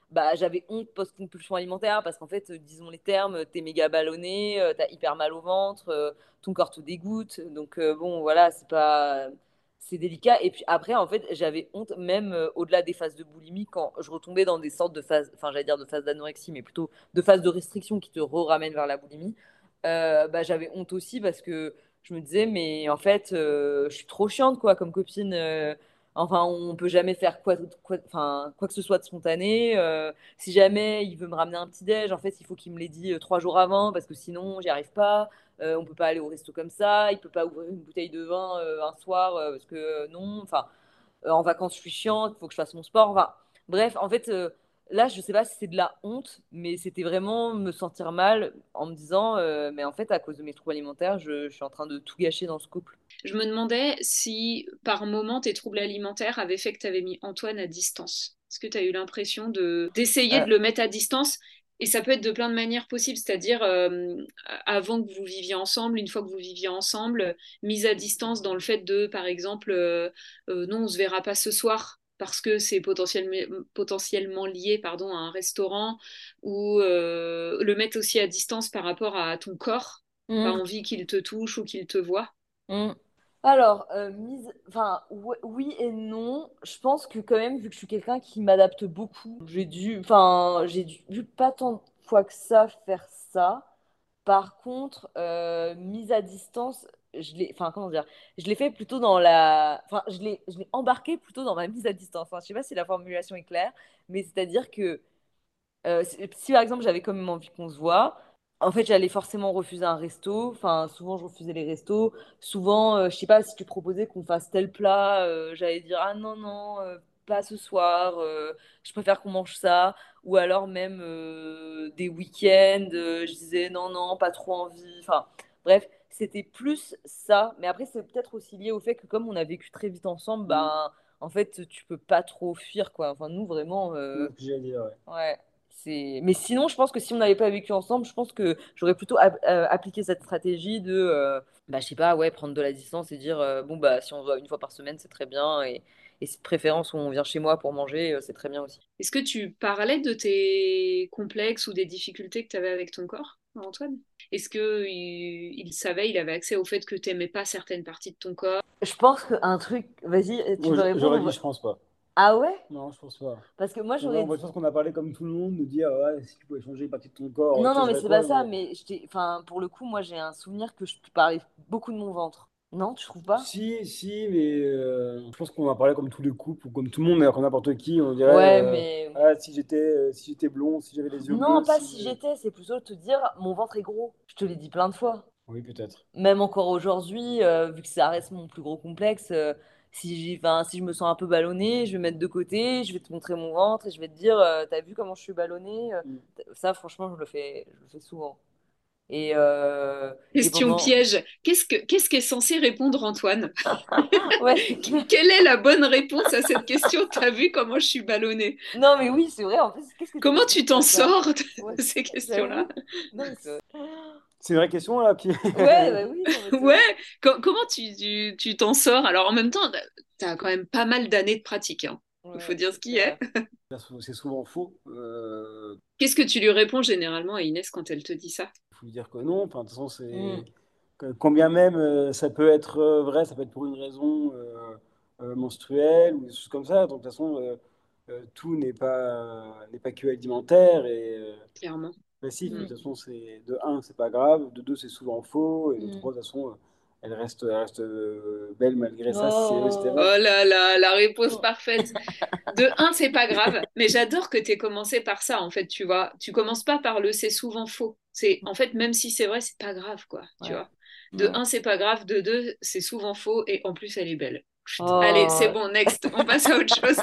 bah, j'avais honte post-compulsion alimentaire parce qu'en fait, euh, disons les termes, t'es méga ballonné, euh, t'as hyper mal au ventre, euh, ton corps te dégoûte. Donc, euh, bon, voilà, c'est pas. C'est délicat. Et puis après, en fait, j'avais honte, même euh, au-delà des phases de boulimie, quand je retombais dans des sortes de phases, enfin, j'allais dire de phases d'anorexie, mais plutôt de phases de restriction qui te re-ramènent vers la boulimie. Euh, bah, j'avais honte aussi parce que je me disais, mais en fait, euh, je suis trop chiante, quoi, comme copine. euh, Enfin, on peut jamais faire quoi, quoi, enfin, quoi que ce soit de spontané. Euh, si jamais il veut me ramener un petit déj, en fait, il faut qu'il me l'ait dit euh, trois jours avant parce que sinon, j'y arrive pas. Euh, on peut pas aller au resto comme ça. Il peut pas ouvrir une bouteille de vin euh, un soir euh, parce que euh, non. Enfin, euh, en vacances, je suis chiante. Il faut que je fasse mon sport. Enfin, bref, en fait, euh, là, je sais pas si c'est de la honte, mais c'était vraiment me sentir mal en me disant, euh, mais en fait, à cause de mes troubles alimentaires, je, je suis en train de tout gâcher dans ce couple. Je me demandais si par moment tes troubles alimentaires avaient fait que tu avais mis Antoine à distance. Est-ce que tu as eu l'impression de d'essayer Euh, de le mettre à distance? Et ça peut être de plein de manières possibles, c'est-à-dire euh, avant que vous viviez ensemble, une fois que vous viviez ensemble, mise à distance dans le fait de, par exemple, euh, euh, non, on se verra pas ce soir parce que c'est potentiellement, potentiellement lié pardon, à un restaurant, ou euh, le mettre aussi à distance par rapport à ton corps, pas mm, envie qu'il te touche ou qu'il te voit. mm. Alors, euh, mise... enfin, ouais- oui et non. Je pense que quand même, vu que je suis quelqu'un qui m'adapte beaucoup, j'ai dû, enfin, j'ai dû, dû pas tant de fois que ça faire ça. Par contre, euh, mise à distance, je l'ai, enfin, comment dire, je l'ai fait plutôt dans la, enfin, je l'ai, je l'ai embarqué plutôt dans ma mise à distance. Enfin, je sais pas si la formulation est claire, mais c'est-à-dire que euh, si si, par exemple j'avais quand même envie qu'on se voit, en fait j'allais forcément refuser un resto. Enfin, souvent je refusais les restos. Souvent, euh, je sais pas, si tu proposais qu'on fasse tel plat, euh, j'allais dire ah non, non, euh, pas ce soir, euh, je préfère qu'on mange ça. Ou alors même euh, des week-ends, euh, je disais non, non, pas trop envie. Enfin, bref, c'était plus ça. Mais après, c'est peut-être aussi lié au fait que comme on a vécu très vite ensemble, ben en fait, tu peux pas trop fuir, quoi. Enfin, nous, vraiment, C'est euh, ce que j'allais dire, ouais. ouais. C'est... Mais sinon, je pense que si on n'avait pas vécu ensemble, je pense que j'aurais plutôt ap- euh, appliqué cette stratégie de, euh, bah, je sais pas, ouais, prendre de la distance et dire, euh, bon, bah, si on se voit une fois par semaine, c'est très bien. Et, et si de préférence, on vient chez moi pour manger, euh, c'est très bien aussi. Est-ce que tu parlais de tes complexes ou des difficultés que tu avais avec ton corps, Antoine? Est-ce que il, il savait, il avait accès au fait que tu n'aimais pas certaines parties de ton corps? Je pense qu'un truc, vas-y, tu Moi, veux j- répondre j'aurais ou dit, pas? je pense pas. Ah ouais? Non, je pense pas. Parce que moi, Non, j'aurais non, moi, dit. je pense qu'on a parlé comme tout le monde, de dire, ouais, si tu pouvais changer une partie de ton corps, Non, tu non, mais changerais c'est pas quoi, ça, mais... mais je t'ai- enfin, pour le coup, moi, j'ai un souvenir que je te parlais beaucoup de mon ventre. Non, tu trouves pas? Si, si, mais euh, je pense qu'on a parlé comme tous les couples, ou comme tout le monde, d'ailleurs, comme n'importe qui, on dirait, Ouais, euh, mais. ah, si j'étais euh, si j'étais blond, si j'avais les yeux Non, bleus, pas si... si euh, j'étais, c'est plutôt te dire mon ventre est gros. Je te l'ai dit plein de fois. Oui, peut-être. Même encore aujourd'hui, euh, vu que ça reste mon plus gros complexe, euh, si j'ai, enfin, si je me sens un peu ballonnée, je vais mettre de côté, je vais te montrer mon ventre et je vais te dire, euh, t'as vu comment je suis ballonnée? Euh, Mm. Ça, franchement, je le fais, je le fais souvent. Et, euh, et Question pendant. piège. Qu'est-ce que, qu'est-ce qu'est censé répondre Antoine? Ouais, c'est clair. Quelle est la bonne réponse à cette question? T'as vu comment je suis ballonnée? Non, mais oui, c'est vrai. En plus, qu'est-ce que t'es Comment censé tu t'en dire ça? sors Ouais, de ces questions-là? j'avoue. Non, mais c'est vrai. C'est une vraie question, là, puis... Ouais, bah oui, non, mais c'est Ouais, vrai. co- comment tu, tu, tu t'en sors? Alors en même temps, t'as quand même pas mal d'années de pratique, hein. Il faut Ouais, dire ce c'est qui est. clair. C'est souvent faux. Euh, Qu'est-ce que tu lui réponds généralement à Inès quand elle te dit ça? faut lui dire que non. Enfin, de toute façon, Mm. c'est que- quand bien même euh, ça peut être euh, vrai, ça peut être pour une raison euh, euh, menstruelle ou des choses comme ça. Donc, de toute façon, euh, euh, tout n'est pas n'est pas que alimentaire et euh, Clairement. passif. De Mm. toute façon, c'est de un, c'est pas grave. De deux, c'est souvent faux. Et de Mm. trois, de toute façon, euh, elle reste, elle reste euh, belle malgré ça, si c'est si c'était Oh. vrai. Oh là là, la réponse parfaite. De un, c'est pas grave, mais j'adore que tu aies commencé par ça, en fait, tu vois. Tu commences pas par le c'est souvent faux. C'est, en fait, même si c'est vrai, c'est pas grave, quoi, tu Ouais. vois. De Ouais. un, c'est pas grave. De deux, c'est souvent faux, et en plus, elle est belle. Chut. Allez, c'est Oh. bon, next, on passe à autre chose.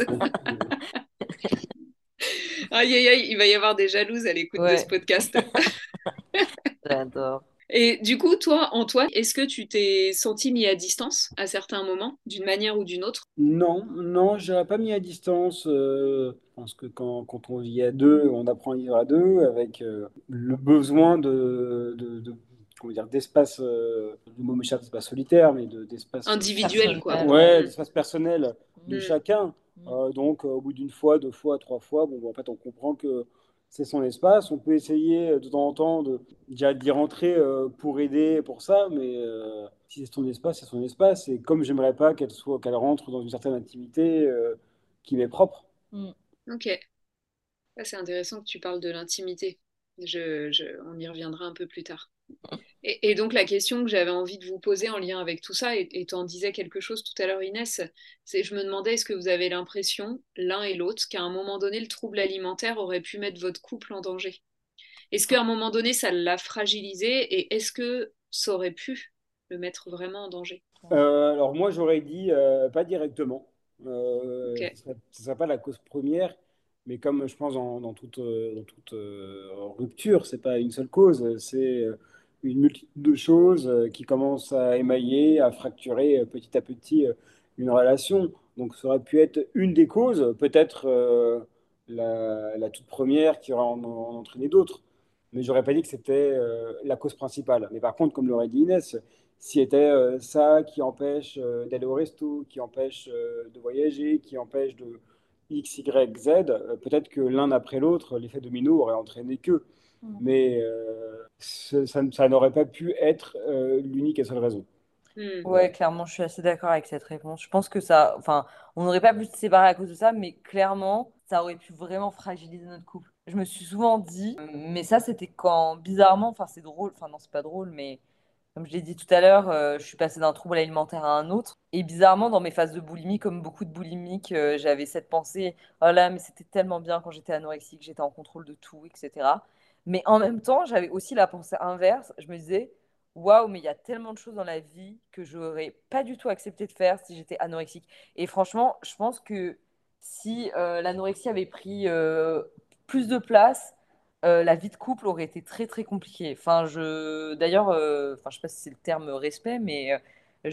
Aïe, aïe, aïe, il va y avoir des jalouses à l'écoute de ce Ouais, podcast. j'adore. Et du coup, toi, Antoine, est-ce que tu t'es senti mis à distance à certains moments, d'une manière ou d'une autre? Non, non, je n'aurais pas mis à distance. Euh, je pense que quand, quand on vit à deux, on apprend à vivre à deux avec euh, le besoin de, de, de- comment dire, d'espace, euh, le mot m'échappe, c'est pas solitaire, mais de, d'espace, euh, Individuel, quoi. Personnel, ouais. ouais, Mm, d'espace personnel de Mm. mm. chacun. Mm. Euh, donc, euh, au bout d'une fois, deux fois, trois fois, bon, en fait, on comprend que c'est son espace. On peut essayer euh, de temps en temps de, déjà d'y rentrer euh, pour aider pour ça, mais euh, si c'est son espace, c'est son espace. Et comme j'aimerais pas qu'elle soit, qu'elle rentre dans une certaine activité euh, qui m'est propre. Mm. Ok. Ah, c'est intéressant que tu parles de l'intimité. Je, je- on y reviendra un peu plus tard. Et, et donc la question que j'avais envie de vous poser en lien avec tout ça, et et t'en disais quelque chose tout à l'heure Inès, c'est je me demandais est-ce que vous avez l'impression, l'un et l'autre, qu'à un moment donné, le trouble alimentaire aurait pu mettre votre couple en danger? Est-ce qu'à un moment donné, ça l'a fragilisé et est-ce que ça aurait pu le mettre vraiment en danger? Euh, alors moi j'aurais dit euh, pas directement. Euh, ce Ok. serait, ce serait pas la cause première, mais comme je pense dans, dans toute, euh, dans toute euh, rupture, c'est pas une seule cause, c'est euh, une multitude de choses euh, qui commencent à émailler, à fracturer euh, petit à petit euh, une relation. Donc ça aurait pu être une des causes, peut-être euh, la, la toute première qui aurait en, en entraîné d'autres. Mais j'aurais pas dit que c'était euh, la cause principale. Mais par contre, comme l'aurait dit Inès, s'il était euh, ça qui empêche euh, d'aller au resto, qui empêche euh, de voyager, qui empêche de X, Y, Z, euh, peut-être que l'un après l'autre, l'effet domino aurait entraîné que. Mm. Mais euh, ce- ça, ça n'aurait pas pu être euh, l'unique et seule raison. Hmm. Ouais, clairement, je suis assez d'accord avec cette réponse. Je pense que ça, enfin, on n'aurait pas pu se séparer à cause de ça, mais clairement, ça aurait pu vraiment fragiliser notre couple. Je me suis souvent dit, euh, mais ça, c'était quand, bizarrement, enfin, c'est drôle, enfin, non, c'est pas drôle, mais comme je l'ai dit tout à l'heure, euh, je suis passée d'un trouble alimentaire à un autre. Et bizarrement, dans mes phases de boulimie, comme beaucoup de boulimiques, euh, j'avais cette pensée, oh là, mais c'était tellement bien quand j'étais anorexique, j'étais en contrôle de tout, et cetera. Mais en même temps, j'avais aussi la pensée inverse. Je me disais, waouh, mais il y a tellement de choses dans la vie que j'aurais pas du tout accepté de faire si j'étais anorexique. Et franchement, je pense que si euh, l'anorexie avait pris euh, plus de place, euh, la vie de couple aurait été très très compliquée. Enfin, je, d'ailleurs, euh, enfin, je sais pas si c'est le terme respect, mais euh,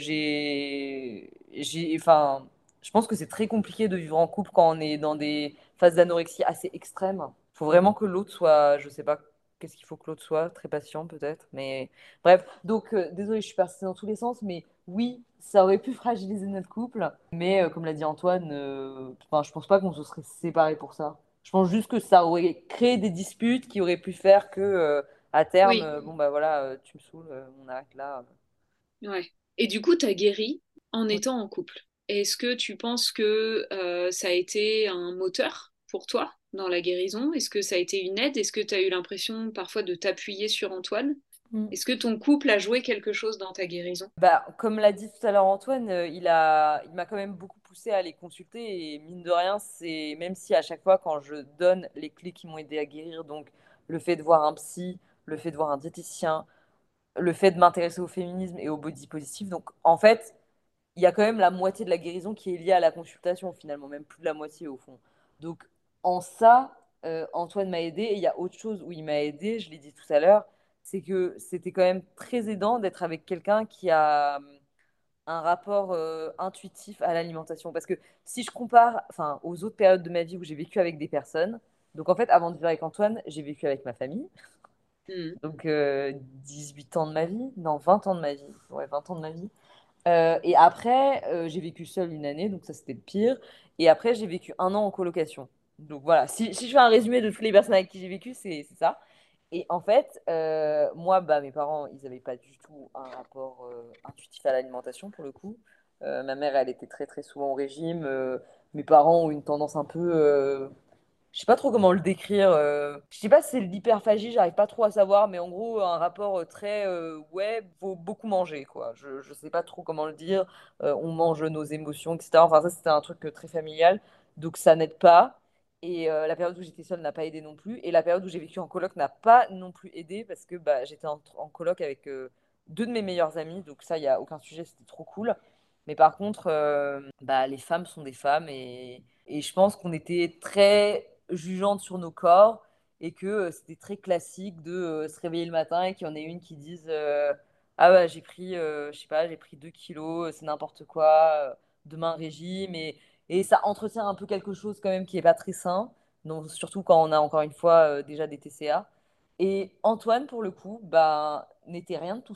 j'ai, j'ai, enfin, je pense que c'est très compliqué de vivre en couple quand on est dans des phases d'anorexie assez extrêmes. Il faut vraiment que l'autre soit, je sais pas, qu'est-ce qu'il faut que l'autre soit, très patient peut-être, mais bref. Donc, euh, désolée, je suis partie dans tous les sens, mais oui, ça aurait pu fragiliser notre couple, mais euh, comme l'a dit Antoine, euh, enfin, je pense pas qu'on se serait séparés pour ça. Je pense juste que ça aurait créé des disputes qui auraient pu faire que, euh, à terme, Oui, euh, bon bah voilà, euh, tu me saoules, euh, on arrête là. ouais. Et du coup, tu as guéri en Ouais. étant en couple. Est-ce que tu penses que euh, ça a été un moteur pour toi dans la guérison? Est-ce que ça a été une aide? Est-ce que tu as eu l'impression parfois de t'appuyer sur Antoine? Mm. Est-ce que ton couple a joué quelque chose dans ta guérison? Bah, comme l'a dit tout à l'heure Antoine, euh, il a, il m'a quand même beaucoup poussé à aller consulter et mine de rien, c'est même si à chaque fois quand je donne les clés qui m'ont aidé à guérir, donc le fait de voir un psy, le fait de voir un diététicien, le fait de m'intéresser au féminisme et au body positif, donc en fait, il y a quand même la moitié de la guérison qui est liée à la consultation, finalement, même plus de la moitié au fond. Donc, en ça, euh, Antoine m'a aidé. Et il y a autre chose où il m'a aidé, je l'ai dit tout à l'heure, c'est que c'était quand même très aidant d'être avec quelqu'un qui a euh, un rapport euh, intuitif à l'alimentation. Parce que si je compare enfin, aux autres périodes de ma vie où j'ai vécu avec des personnes, donc en fait, avant de vivre avec Antoine, j'ai vécu avec ma famille. Hmm. Donc, euh, dix-huit ans de ma vie, non, vingt ans de ma vie. Ouais, vingt ans de ma vie. Euh, et après, euh, j'ai vécu seule une année, donc ça c'était le pire. Et après, j'ai vécu un an en colocation. Donc voilà, si, si je fais un résumé de toutes les personnes avec qui j'ai vécu, c'est c'est ça. Et en fait, euh, moi, bah, mes parents, ils n'avaient pas du tout un rapport euh, intuitif à l'alimentation pour le coup. Euh, ma mère, elle était très très souvent au régime. Euh, mes parents ont une tendance un peu euh, je sais pas trop comment le décrire. euh. Je sais pas si c'est l'hyperphagie, j'arrive pas trop à savoir, mais en gros, un rapport euh, très euh, ouais, faut beaucoup manger, quoi. Je, je sais pas trop comment le dire. Euh, on mange nos émotions, et cetera. Enfin, ça, c'était un truc euh, très familial, donc ça n'aide pas. Et euh, la période où j'étais seule n'a pas aidé non plus. Et la période où j'ai vécu en coloc n'a pas non plus aidé parce que bah, j'étais en, en coloc avec euh, deux de mes meilleures amies, donc ça, il y a aucun sujet, c'était trop cool. Mais par contre, euh, bah, les femmes sont des femmes et, et je pense qu'on était très jugeantes sur nos corps et que euh, c'était très classique de euh, se réveiller le matin et qu'il y en ait une qui dise euh, ah ouais, j'ai pris, euh, je sais pas, j'ai pris deux kilos, c'est n'importe quoi, euh, demain régime. Et, et ça entretient un peu quelque chose quand même qui est pas très sain, donc, surtout quand on a encore une fois euh, déjà des T C A. Et Antoine, pour le coup, bah, n'était rien de tout ça.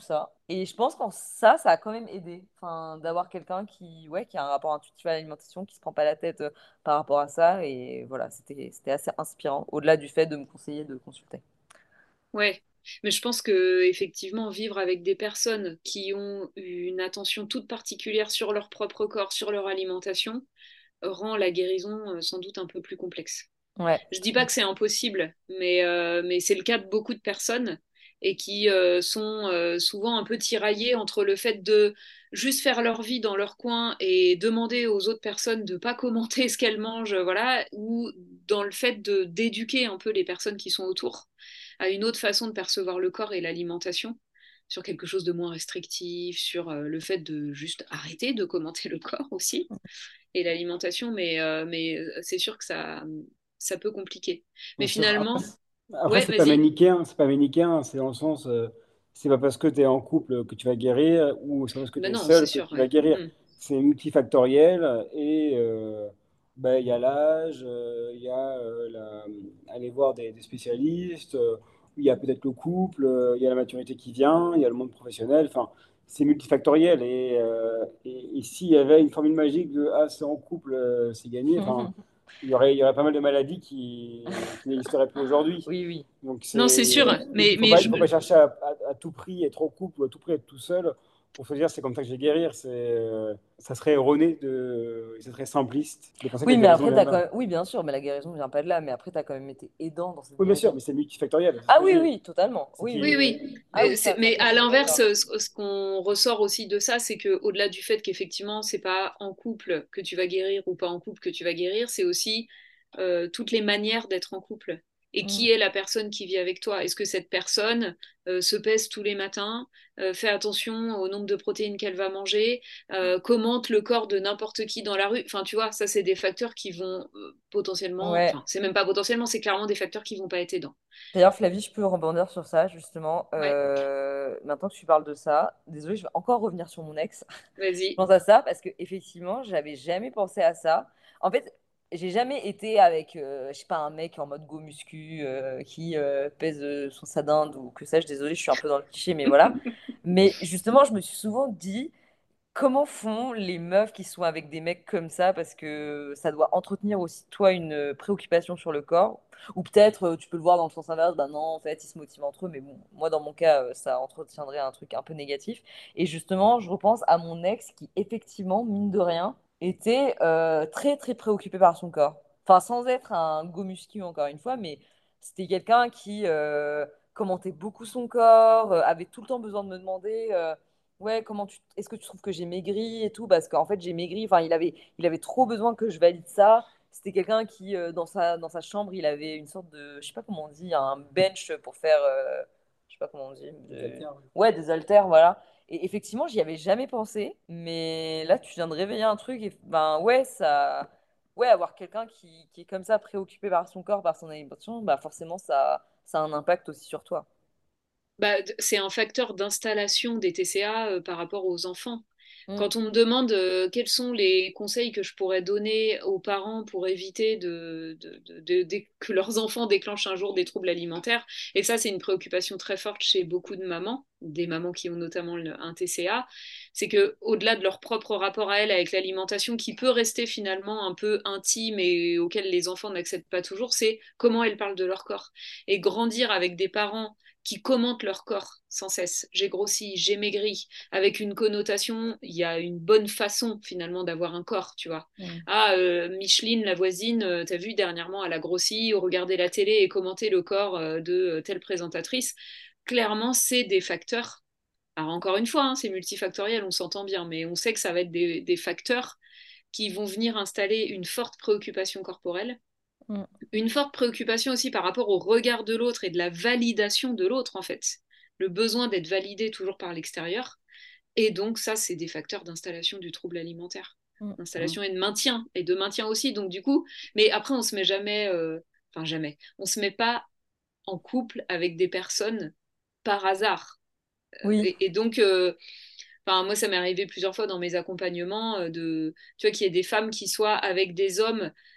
Et je pense qu'en ça, ça a quand même aidé. Enfin, d'avoir quelqu'un qui, ouais, qui a un rapport intuitif à l'alimentation, qui se prend pas la tête euh, par rapport à ça. Et voilà, c'était, c'était assez inspirant, au-delà du fait de me conseiller de consulter. Ouais, mais je pense que effectivement vivre avec des personnes qui ont une attention toute particulière sur leur propre corps, sur leur alimentation, rend la guérison euh, sans doute un peu plus complexe. Ouais. Je dis pas que c'est impossible, mais, euh, mais c'est le cas de beaucoup de personnes et qui euh, sont euh, souvent un peu tiraillées entre le fait de juste faire leur vie dans leur coin et demander aux autres personnes de pas commenter ce qu'elles mangent, voilà, ou dans le fait de d'éduquer un peu les personnes qui sont autour à une autre façon de percevoir le corps et l'alimentation, sur quelque chose de moins restrictif, sur euh, le fait de juste arrêter de commenter le corps aussi et l'alimentation, mais, euh, mais c'est sûr que ça, ça peut compliquer. Mais Bien sûr. Après, finalement, c'est après, ouais, c'est pas vas-y. manichéen, c'est pas manichéen, c'est dans le sens, euh, c'est pas parce que tu es en couple que tu vas guérir, ou c'est pas parce que tu Ben es non, c'est seul que sûr, tu vas ouais. guérir. Mm. C'est multifactoriel et euh, ben, il y a l'âge, euh, il y a euh, la- aller voir des, des spécialistes, euh, il y a peut-être le couple, euh, il y a la maturité qui vient, il y a le monde professionnel, enfin, c'est multifactoriel. Et, euh, et, et s'il y avait une formule magique de ah, c'est en couple, euh, c'est gagné, enfin il y aurait, il y aurait pas mal de maladies qui, qui n'existeraient plus aujourd'hui. Oui, oui. Donc, Non, c'est c'est, sûr, donc mais, il faut mais pas, je, il faut pas chercher à, à- à tout prix être en couple ou à tout prix être tout seul pour se dire c'est comme ça que je vais guérir. C'est, euh, ça serait erroné, de, ça serait simpliste de penser que Oui, la mais guérison après, vient t'as de quand là. même... Oui, bien sûr, mais la guérison vient pas de là. Mais après, tu as quand même été aidant dans cette Oui, bien sûr, guérison. mais c'est multifactoriel, c'est ce Ah que oui, je dis. oui, totalement. C'est Oui, qui, oui. oui, oui. Ah Euh, oui, c'est- ça, par mais contre, à je suis l'inverse, d'accord. ce, ce qu'on ressort aussi de ça, c'est que au-delà du fait qu'effectivement, c'est pas en couple que tu vas guérir ou pas en couple que tu vas guérir, c'est aussi euh, toutes les manières d'être en couple. Et Mm. qui est la personne qui vit avec toi? Est-ce que cette personne euh, se pèse tous les matins, euh, fait attention au nombre de protéines qu'elle va manger, euh, commente le corps de n'importe qui dans la rue? Enfin, tu vois, ça, c'est des facteurs qui vont euh, potentiellement, Ouais. enfin, c'est même pas potentiellement, c'est clairement des facteurs qui vont pas être aidants. D'ailleurs, Flavie, je peux rebondir sur ça, justement. Ouais, Euh, maintenant que tu parles de ça, désolée, je vais encore revenir sur mon ex. Je vas-y. pense à ça parce que effectivement, j'avais jamais pensé à ça. En fait, j'ai jamais été avec, euh, je sais pas, un mec en mode go muscu euh, qui euh, pèse euh, son sa dinde ou que sais-je. Désolée, je suis un peu dans le cliché, mais voilà. Mais justement, je me suis souvent dit, comment font les meufs qui sont avec des mecs comme ça? Parce que ça doit entretenir aussi, toi, une euh, préoccupation sur le corps. Ou peut-être, euh, tu peux le voir dans le sens inverse, ben non, en fait, ils se motivent entre eux. Mais bon, moi, dans mon cas, euh, ça entretiendrait un truc un peu négatif. Et justement, je repense à mon ex qui, effectivement, mine de rien, était euh, très, très préoccupé par son corps. Enfin, sans être un go muscu, encore une fois, mais c'était quelqu'un qui euh, commentait beaucoup son corps, euh, avait tout le temps besoin de me demander... euh, ouais, comment tu est-ce que tu trouves que j'ai maigri et tout parce qu'en fait j'ai maigri, enfin il avait il avait trop besoin que je valide ça. C'était quelqu'un qui euh, dans sa dans sa chambre, il avait une sorte de je sais pas comment on dit, un bench pour faire euh, je sais pas comment on dit Des de- haltères, oui. ouais, des haltères, voilà. Et effectivement, j'y avais jamais pensé, mais là tu viens de réveiller un truc et ben ouais, ça ouais, avoir quelqu'un qui, qui est comme ça préoccupé par son corps, par son alimentation, bah forcément ça ça a un impact aussi sur toi. Bah, d- c'est un facteur d'installation des T C A euh, par rapport aux enfants. Mm. Quand on me demande euh, quels sont les conseils que je pourrais donner aux parents pour éviter de, de- de- de- de- que leurs enfants déclenchent un jour des troubles alimentaires, et ça c'est une préoccupation très forte chez beaucoup de mamans, des mamans qui ont notamment le- un T C A, c'est que au-delà de leur propre rapport à elles avec l'alimentation, qui peut rester finalement un peu intime et auquel les enfants n'acceptent pas toujours, c'est comment elles parlent de leur corps. Et grandir avec des parents qui commentent leur corps sans cesse. J'ai grossi, j'ai maigri, avec une connotation, il y a une bonne façon finalement d'avoir un corps, tu vois. Mm. Ah, euh, Micheline, la voisine, euh, t'as vu dernièrement, elle a grossi, ou regardé la télé et commenté le corps euh, de euh, telle présentatrice. Clairement, c'est des facteurs. Alors encore une fois, hein, c'est multifactoriel, on s'entend bien, mais on sait que ça va être des, des facteurs qui vont venir installer une forte préoccupation corporelle, Mm. une forte préoccupation aussi par rapport au regard de l'autre et de la validation de l'autre, en fait. Le besoin d'être validé toujours par l'extérieur. Et donc, ça, c'est des facteurs d'installation du trouble alimentaire. Mm. Hum. D'installation et de maintien, et de maintien aussi. Donc, du coup, mais après, on se met jamais, euh, enfin, jamais, on se met pas en couple avec des personnes par hasard. Oui. Et, et donc, euh, enfin, moi, ça m'est arrivé plusieurs fois dans mes accompagnements euh, de, tu vois, qu'il y ait des femmes qui soient avec des hommes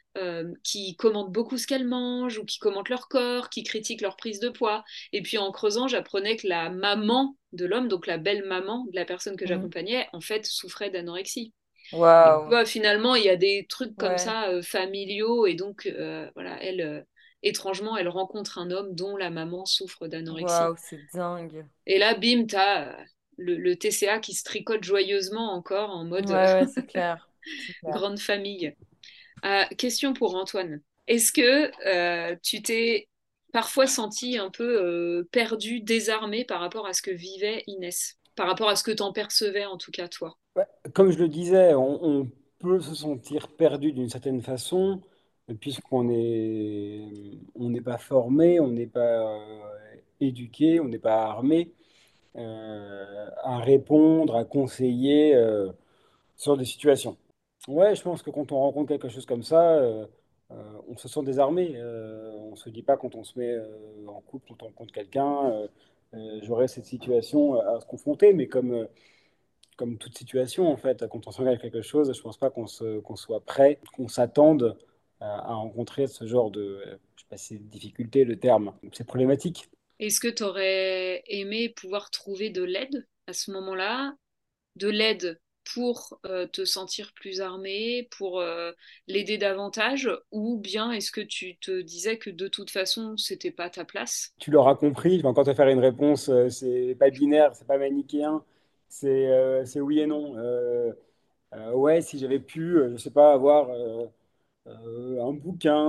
euh, qui commentent beaucoup ce qu'elles mangent ou qui commentent leur corps, qui critiquent leur prise de poids. Et puis en creusant, j'apprenais que la maman de l'homme, donc la belle maman de la personne que Mm. j'accompagnais, en fait souffrait d'anorexie. Et tu Waouh. vois, finalement, il y a des trucs comme Ouais. ça, euh, familiaux, et donc, euh, voilà, elle, euh, étrangement, elle rencontre un homme dont la maman souffre d'anorexie. Waouh, c'est dingue. Et là, bim, t'as euh, le, le T C A qui se tricote joyeusement encore en Ouais, mode euh, ouais, c'est clair. C'est clair. grande famille. Euh, question pour Antoine. Est-ce que euh, tu t'es parfois senti un peu euh, perdu, désarmé par rapport à ce que vivait Inès? Par rapport à ce que t'en percevais, en tout cas, toi? Ouais, comme je le disais, on, on peut se sentir perdu d'une certaine façon, puisqu'on est, on n'est pas formé, on n'est pas euh, éduqué, on n'est pas armé euh, à répondre, à conseiller euh, sur des situations. Ouais, je pense que quand on rencontre quelque chose comme ça, euh, euh, on se sent désarmé. Euh, on se dit pas quand on se met euh, en couple, quand on rencontre quelqu'un, euh, euh, j'aurai cette situation à se confronter, mais comme euh, comme toute situation, en fait, quand on s'engage quelque chose, je pense pas qu'on se, qu'on soit prêt, qu'on s'attende à, à rencontrer ce genre de, euh, je sais pas si c'est difficulté, le terme, c'est problématique. Est-ce que tu aurais aimé pouvoir trouver de l'aide à ce moment-là, de l'aide pour euh, te sentir plus armé, pour euh, l'aider davantage, ou bien est-ce que tu te disais que de toute façon, c'était pas ta place? Tu l'auras compris, je vais encore te faire une réponse, euh, c'est pas binaire, c'est pas manichéen, c'est euh, c'est oui et non. Euh, euh, ouais, si j'avais pu, euh, je sais pas, avoir euh, euh, un bouquin,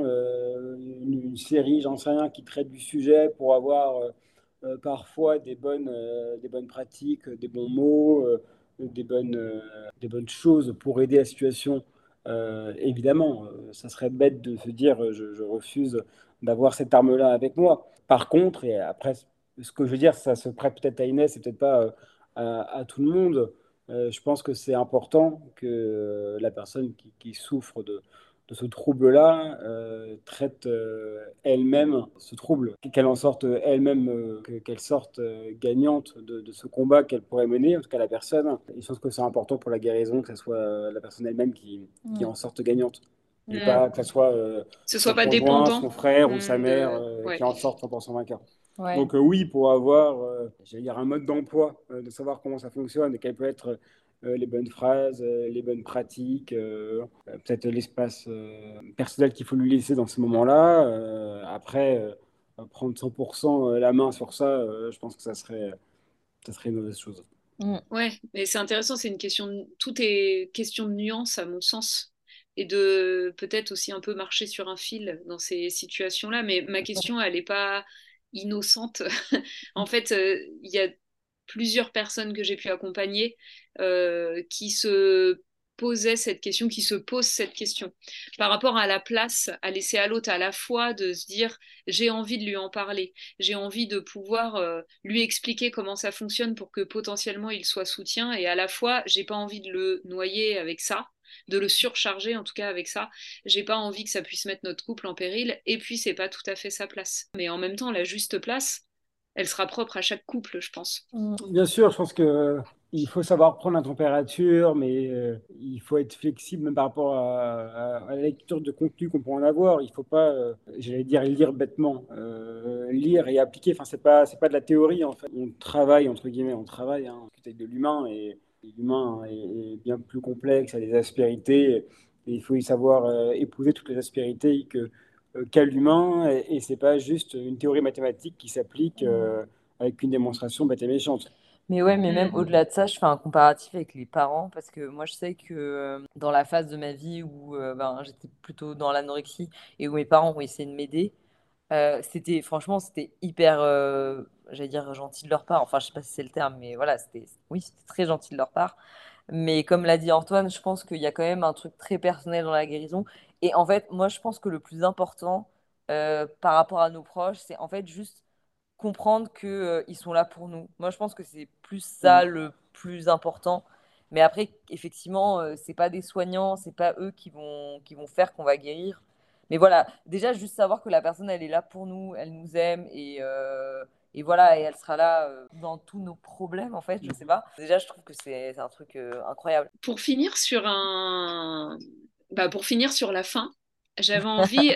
euh, une, une série, j'en sais rien, qui traite du sujet pour avoir euh, euh, parfois des bonnes, euh, des bonnes pratiques, des bons mots, euh, des bonnes, euh, des bonnes choses pour aider la situation. Euh, évidemment, euh, ça serait bête de se dire euh, je, je refuse d'avoir cette arme-là avec moi. Par contre, et après, ce que je veux dire, ça se prête peut-être à Inès et peut-être pas euh, à, à tout le monde. Euh, je pense que c'est important que euh, la personne qui, qui souffre de, de ce trouble-là euh, traite euh, elle-même ce trouble, qu'elle en sorte euh, elle-même, euh, que- qu'elle sorte euh, gagnante de, de ce combat qu'elle pourrait mener, en tout cas la personne. Et je pense que c'est important pour la guérison que ce soit euh, la personne elle-même qui, qui Mm. en sorte gagnante. Et Mm. pas que ce soit euh, Que ce son soit pas conjoint, dépendant son frère ou sa mm, mère de... euh, qui Ouais. en sorte cent pour cent vainqueur. Ouais. Donc euh, oui, pour avoir, euh, j'allais dire, un mode d'emploi, euh, de savoir comment ça fonctionne et quelles peuvent être euh, les bonnes phrases, euh, les bonnes pratiques, euh, euh, peut-être l'espace euh, personnel qu'il faut lui laisser dans ce moment-là. Euh, après, euh, prendre cent pour cent la main sur ça, euh, je pense que ça serait, ça serait une mauvaise chose. Mm. Ouais, mais c'est intéressant, c'est une question de... Tout est question de nuance à mon sens. Et de peut-être aussi un peu marcher sur un fil dans ces situations-là. Mais ma question, elle n'est pas innocente. En fait, euh, il y a plusieurs personnes que j'ai pu accompagner euh, qui se posaient cette question, qui se posent cette question par rapport à la place à laisser à l'autre, à la fois de se dire j'ai envie de lui en parler, j'ai envie de pouvoir euh, lui expliquer comment ça fonctionne pour que potentiellement il soit soutien, et à la fois j'ai pas envie de le noyer avec ça, de le surcharger en tout cas avec ça. J'ai pas envie que ça puisse mettre notre couple en péril, et puis c'est pas tout à fait sa place. Mais en même temps, la juste place, elle sera propre à chaque couple, je pense. Mm. Bien sûr, je pense que euh, il faut savoir prendre la température, mais euh, il faut être flexible même par rapport à, à- à la lecture de contenu qu'on peut en avoir. Il faut pas, euh, j'allais dire, lire bêtement. Euh, lire et appliquer. Enfin, c'est pas, c'est pas de la théorie en fait. On travaille entre guillemets, on travaille, hein, on discute avec de l'humain et, et l'humain est, est bien plus complexe, a des aspérités. Et il faut y savoir euh, épouser toutes les aspérités que euh, qu'a l'humain. Et, et c'est pas juste une théorie mathématique qui s'applique. Euh, avec une démonstration bête et méchante. Mais ouais, mais même Mm. au-delà de ça, je fais un comparatif avec les parents parce que moi, je sais que euh, dans la phase de ma vie où euh, ben, j'étais plutôt dans l'anorexie et où mes parents ont essayé de m'aider, euh, c'était franchement, c'était hyper, euh, j'allais dire gentil de leur part. Enfin, je sais pas si c'est le terme, mais voilà, c'était, oui, c'était très gentil de leur part. Mais comme l'a dit Antoine, je pense qu'il y a quand même un truc très personnel dans la guérison. Et en fait, moi, je pense que le plus important euh, par rapport à nos proches, c'est en fait juste comprendre que, euh, ils sont là pour nous. Moi, je pense que c'est plus ça Mm. le plus important. Mais après, effectivement, euh, c'est pas des soignants, c'est pas eux qui vont, qui vont faire qu'on va guérir. Mais voilà, déjà, juste savoir que la personne, elle est là pour nous, elle nous aime et, euh, et voilà, et elle sera là euh, dans tous nos problèmes, en fait, je sais pas. Déjà, je trouve que c'est c'est un truc euh, incroyable. Pour finir sur un... Bah, pour finir sur la fin, j'avais envie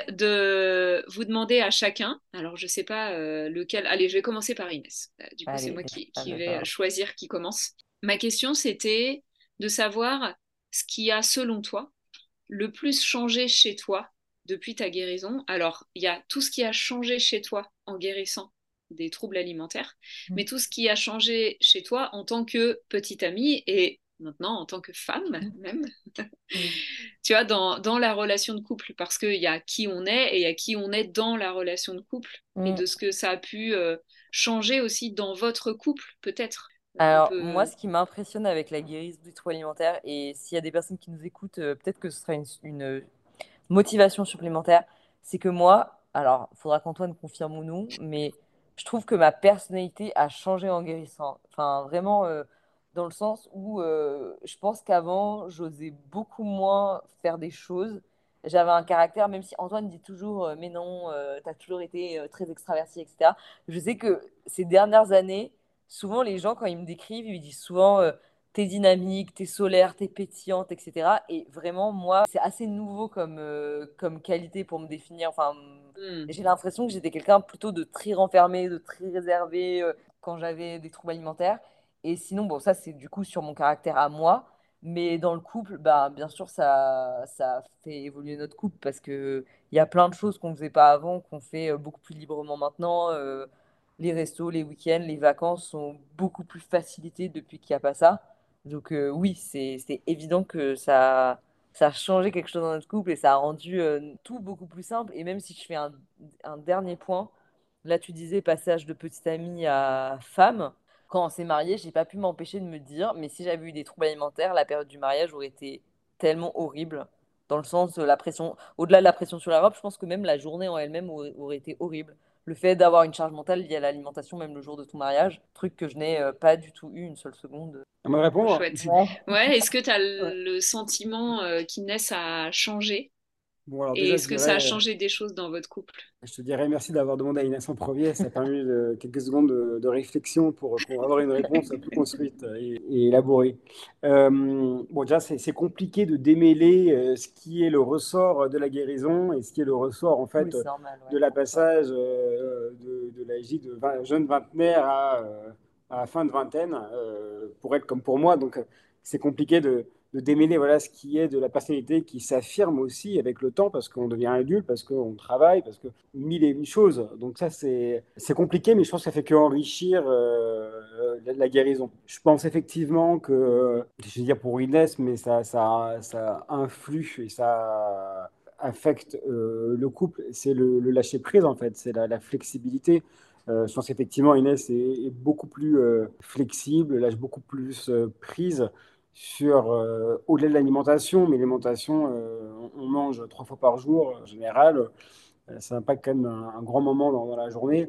de vous demander à chacun, alors je sais pas euh, lequel, allez, je vais commencer par Inès. Euh, du coup, c'est Allez, moi qui, ah, qui vais d'accord. choisir qui commence. Ma question, c'était de savoir ce qui a, selon toi, le plus changé chez toi depuis ta guérison. Alors, il y a tout ce qui a changé chez toi en guérissant des troubles alimentaires, mais tout ce qui a changé chez toi en tant que petite amie et maintenant en tant que femme même, Mm. tu vois, dans, dans la relation de couple, parce qu'il y a qui on est et il y a qui on est dans la relation de couple, et Mm. de ce que ça a pu euh, changer aussi dans votre couple, peut-être. Euh, un Alors, moi, peu... ce qui m'impressionne avec la guérison du trouble alimentaire, et s'il y a des personnes qui nous écoutent, euh, peut-être que ce sera une, une motivation supplémentaire, c'est que moi, alors, il faudra qu'Antoine confirme ou non, mais je trouve que ma personnalité a changé en guérissant. Enfin, vraiment, euh, dans le sens où euh, je pense qu'avant, j'osais beaucoup moins faire des choses. J'avais un caractère, même si Antoine dit toujours, euh, mais non, euh, t'as toujours été euh, très extraverti, et cetera. Je sais que ces dernières années, souvent les gens, quand ils me décrivent, ils me disent souvent, euh, t'es dynamique, t'es solaire, t'es pétillante, et cetera. Et vraiment, moi, c'est assez nouveau comme, euh, comme qualité pour me définir. Enfin, Hmm. j'ai l'impression que j'étais quelqu'un plutôt de très renfermé, de très réservé euh, quand j'avais des troubles alimentaires. Et sinon, bon, ça, c'est du coup sur mon caractère à moi. Mais dans le couple, bah, bien sûr, ça, ça fait évoluer notre couple parce que il y a plein de choses qu'on ne faisait pas avant, qu'on fait euh, beaucoup plus librement maintenant. Euh, les restos, les week-ends, les vacances sont beaucoup plus facilités depuis qu'il n'y a pas ça. Donc euh, oui, c'est c'est évident que ça, ça a changé quelque chose dans notre couple et ça a rendu euh, tout beaucoup plus simple. Et même si je fais un, un dernier point, là tu disais passage de petite amie à femme. Quand on s'est marié, j'ai pas pu m'empêcher de me dire, mais si j'avais eu des troubles alimentaires, la période du mariage aurait été tellement horrible. Dans le sens de la pression, au-delà de la pression sur la robe, je pense que même la journée en elle-même aurait, aurait été horrible. Le fait d'avoir une charge mentale liée à l'alimentation, même le jour de ton mariage, truc que je n'ai euh, pas du tout eu une seule seconde. On me Trop répond. chouette. Ouais. Ouais, est-ce que tu as Ouais. le sentiment euh, qu'Inès a changé? Bon, alors Et déjà, je est-ce que ça a dirais, changé des choses dans votre couple? je te dirais merci d'avoir demandé à Inès en premier. Ça a permis de- quelques secondes de, de réflexion pour, pour avoir une réponse plus construite et, et élaborée. Euh, bon, déjà, c'est c'est compliqué de démêler euh, ce qui est le ressort de la guérison et ce qui est le ressort, en Oui, fait, c'est normal, de ouais. la Ouais. passage euh, de, de l'âge de vingt- jeune vingtenaire à, euh, à fin de vingtaine, euh, pour elle comme pour moi. Donc, euh, c'est compliqué de, de démêler voilà, ce qui est de la personnalité qui s'affirme aussi avec le temps parce qu'on devient adulte, parce qu'on travaille, parce que mille et une choses. Donc ça, c'est c'est compliqué, mais je pense que ça fait que enrichir euh, la, la guérison. Je pense effectivement que, je vais dire pour Inès, mais ça, ça, ça influe et ça affecte euh, le couple, c'est le, le lâcher prise en fait, c'est la, la flexibilité. Euh, je pense qu'effectivement, Inès est, est beaucoup plus euh, flexible, lâche beaucoup plus euh, prise sur, euh, au-delà de l'alimentation, mais l'alimentation, euh, on, on mange trois fois par jour en général, euh, ça impacte quand même un, un grand moment dans, dans la journée.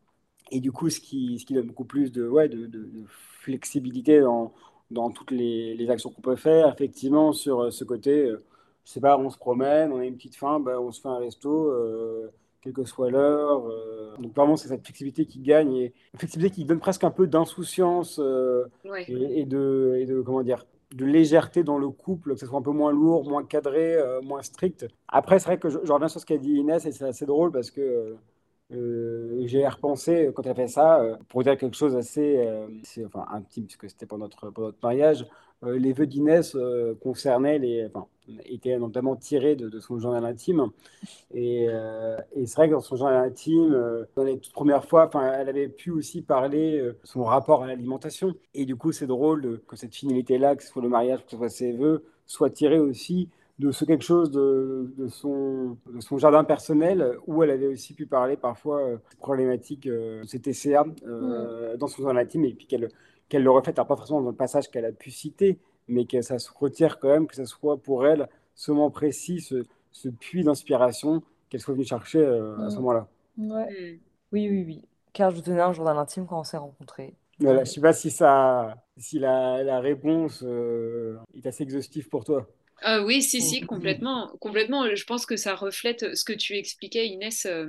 Et du coup, ce qui, ce qui donne beaucoup plus de, ouais, de, de- de flexibilité dans, dans toutes les, les actions qu'on peut faire, effectivement, sur euh, ce côté, euh, je sais pas, on se promène, on a une petite faim, bah, on se fait un resto, euh, quelle que soit l'heure. euh. Donc vraiment, c'est cette flexibilité qui gagne, et une flexibilité qui donne presque un peu d'insouciance euh, Ouais. et, et de, et de, comment dire, de légèreté dans le couple, que ce soit un peu moins lourd, moins cadré, euh, moins strict. Après, c'est vrai que je, je reviens sur ce qu'a dit Inès, et c'est assez drôle parce que... euh, euh, j'ai repensé quand elle a fait ça, euh, pour dire quelque chose assez, euh, c'est- enfin, intime, puisque c'était pour notre, pour notre mariage. Euh, les vœux d'Inès euh, concernaient les, enfin, étaient notamment tirés de, de son journal intime. Et, euh, et c'est vrai que dans son journal intime, euh, dans les toutes premières fois, enfin, elle avait pu aussi parler euh, de son rapport à l'alimentation. Et du coup, c'est drôle de- que cette finalité-là, que ce soit le mariage, que ce soit ses vœux, soit tirée aussi de ce quelque chose de, de son, de son jardin personnel, où elle avait aussi pu parler parfois euh, de problématiques euh, de ses T C A euh, dans son journal intime, et puis qu'elle qu'elle le reflète, alors pas forcément dans le passage qu'elle a pu citer, mais que ça se retire quand même, que ce soit pour elle ce moment précis, ce, ce puits d'inspiration qu'elle soit venue chercher euh, à ce Mm. moment-là. Ouais. Hmm. Oui, oui, oui. Car je tenais un journal intime quand on s'est rencontrés. Voilà, je ne sais pas si, ça, si la, la réponse euh, est assez exhaustive pour toi. Euh, oui, si, si, complètement, complètement. Je pense que ça reflète ce que tu expliquais, Inès. euh,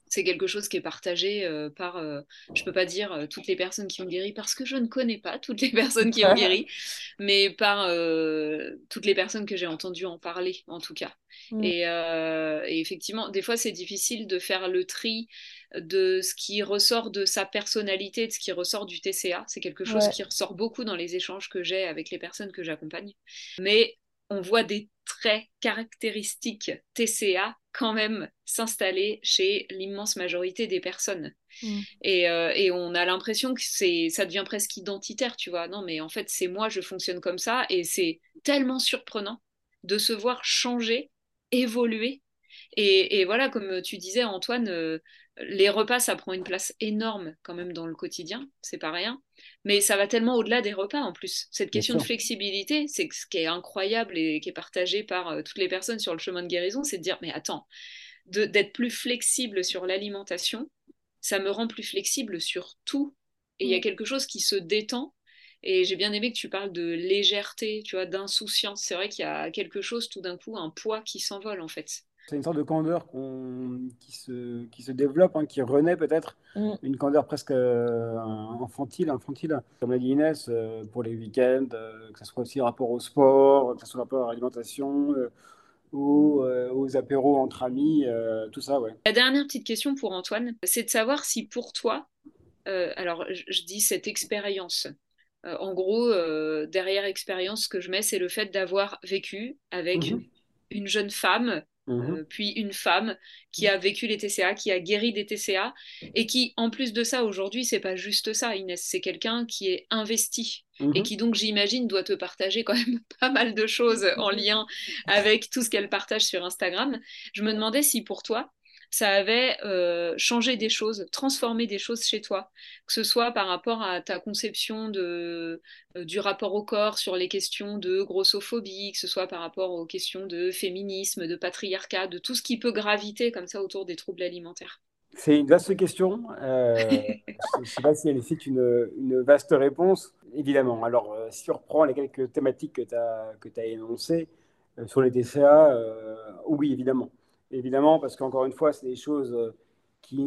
c'est quelque chose qui est partagé euh, par, euh, je peux pas dire euh, toutes les personnes qui ont guéri parce que je ne connais pas toutes les personnes qui ont guéri, mais par euh, toutes les personnes que j'ai entendues en parler en tout cas. Mm. Et, euh, et effectivement, des fois c'est difficile de faire le tri de ce qui ressort de sa personnalité, de ce qui ressort du T C A. C'est quelque chose Ouais. qui ressort beaucoup dans les échanges que j'ai avec les personnes que j'accompagne. Mais on voit des traits caractéristiques T C A quand même s'installer chez l'immense majorité des personnes. Mm. Et, euh, et on a l'impression que c'est, ça devient presque identitaire, tu vois. Non, mais en fait, c'est moi, je fonctionne comme ça. Et c'est tellement surprenant de se voir changer, évoluer. Et, et voilà, comme tu disais, Antoine, euh, les repas, ça prend une place énorme quand même dans le quotidien, c'est pas rien. Mais ça va tellement au-delà des repas en plus. Cette Bien question de sûr. flexibilité, c'est ce qui est incroyable et qui est partagé par euh, toutes les personnes sur le chemin de guérison, c'est de dire, mais attends, de- d'être plus flexible sur l'alimentation, ça me rend plus flexible sur tout. Et il y a Mm. quelque chose qui se détend. Et j'ai bien aimé que tu parles de légèreté, tu vois, d'insouciance. C'est vrai qu'il y a quelque chose, tout d'un coup, un poids qui s'envole, en fait. C'est une sorte de candeur qu'on, qui se, qui se développe, hein, qui renaît peut-être, Mm. une candeur presque euh, infantile, infantile, comme l'a dit Inès, euh, pour les week-ends, euh, que ce soit aussi rapport au sport, que ce soit rapport à l'alimentation, euh, aux, euh, aux apéros entre amis, euh, tout ça, ouais. La dernière petite question pour Antoine, c'est de savoir si pour toi, euh, alors je, je dis cette expérience, euh, en gros, euh, derrière expérience, ce que je mets, c'est le fait d'avoir vécu avec Mhm, une jeune femme, mhm, euh, puis une femme qui a vécu les T C A, qui a guéri des T C A, et qui, en plus de ça, aujourd'hui, c'est pas juste ça, Inès, c'est quelqu'un qui est investi. Et mhm. qui donc, j'imagine, doit te partager quand même pas mal de choses en lien avec tout ce qu'elle partage sur Instagram. Je me demandais si pour toi, ça avait euh, changé des choses, transformé des choses chez toi, que ce soit par rapport à ta conception de, euh, du rapport au corps sur les questions de grossophobie, que ce soit par rapport aux questions de féminisme, de patriarcat, de tout ce qui peut graviter comme ça autour des troubles alimentaires. C'est une vaste question. Euh, je ne sais pas si elle nécessite une, une vaste réponse. Évidemment. Alors, euh, si on reprend les quelques thématiques que tu as, que tu as énoncées euh, sur les T C A, euh, oui, évidemment. Évidemment, parce qu'encore une fois, c'est des choses euh, qui,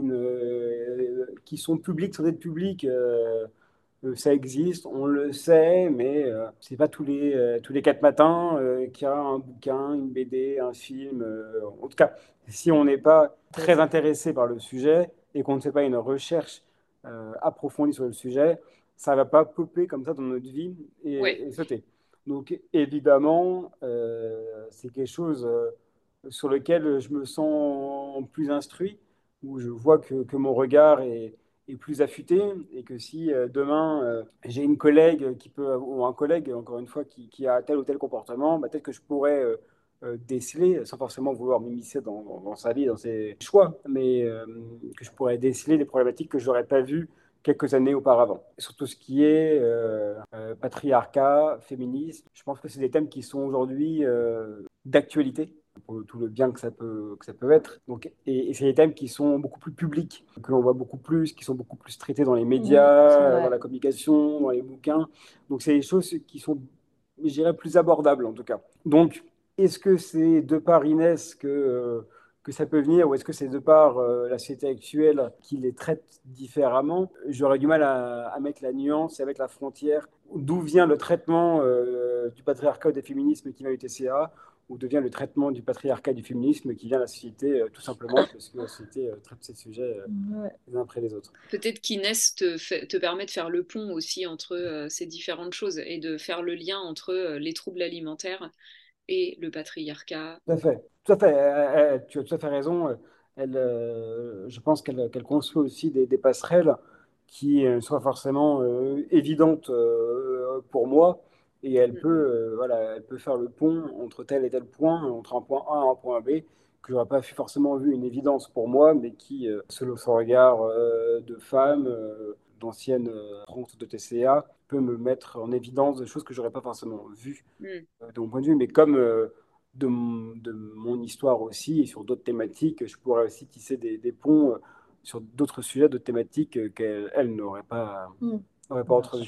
ne, qui sont publiques sans être publiques. Euh, euh, ça existe, on le sait, mais euh, c'est pas tous les, euh, tous les quatre matins euh, qu'il y a un bouquin, une B D, un film. Euh, en tout cas, si on n'est pas très intéressé par le sujet et qu'on ne fait pas une recherche euh, approfondie sur le sujet, ça va pas popper comme ça dans notre vie Ouais. et, et sauter. Donc évidemment, euh, c'est quelque chose euh, sur lequel je me sens plus instruit, où je vois que, que mon regard est, est plus affûté et que si euh, demain euh, j'ai une collègue qui peut, ou un collègue encore une fois qui, qui a tel ou tel comportement, bah, peut-être que je pourrais euh, euh, déceler, sans forcément vouloir m'immiscer dans, dans, dans sa vie, dans ses choix, mais euh, que je pourrais déceler des problématiques que je n'aurais pas vues quelques années auparavant. Sur tout ce qui est euh, euh, patriarcat, féminisme, je pense que c'est des thèmes qui sont aujourd'hui euh, d'actualité pour tout le bien que ça peut, que ça peut être. Donc, et, et c'est des thèmes qui sont beaucoup plus publics, que l'on voit beaucoup plus, qui sont beaucoup plus traités dans les médias, mmh, dans la communication, dans les bouquins. Donc c'est des choses qui sont, je dirais, plus abordables en tout cas. Donc, est-ce que c'est de par Inès que, euh, que ça peut venir, ou est-ce que c'est de par euh, la société actuelle qui les traite différemment? J'aurais du mal à, à mettre la nuance et à mettre la frontière. D'où vient le traitement euh, du patriarcat ou des féminismes qui vient du T C A, ou devient le traitement du patriarcat et du féminisme qui vient de la société, euh, tout simplement parce que la société euh, traite ces sujets euh, ouais. les uns après les autres. Peut-être qu'Inès te, fait, te permet de faire le pont aussi entre euh, ces différentes choses et de faire le lien entre euh, les troubles alimentaires et le patriarcat. Tout à fait, tout à fait. Elle, elle, tu as tout à fait raison. Elle, euh, je pense qu'elle qu'elle construit aussi des, des passerelles qui ne soient forcément euh, évidentes euh, pour moi. Et elle peut, euh, voilà, elle peut faire le pont entre tel et tel point, entre un point A et un point B, que je n'aurais pas forcément vu une évidence pour moi, mais qui, euh, selon son regard euh, de femme, euh, d'ancienne euh, rencontre de T C A, peut me mettre en évidence des choses que je n'aurais pas forcément vues Mm. euh, de mon point de vue. Mais comme euh, de, mon, de mon histoire aussi, et sur d'autres thématiques, je pourrais aussi tisser des, des ponts euh, sur d'autres sujets, d'autres thématiques euh, qu'elle elle n'aurait pas, mm. n'aurait pas entrevues.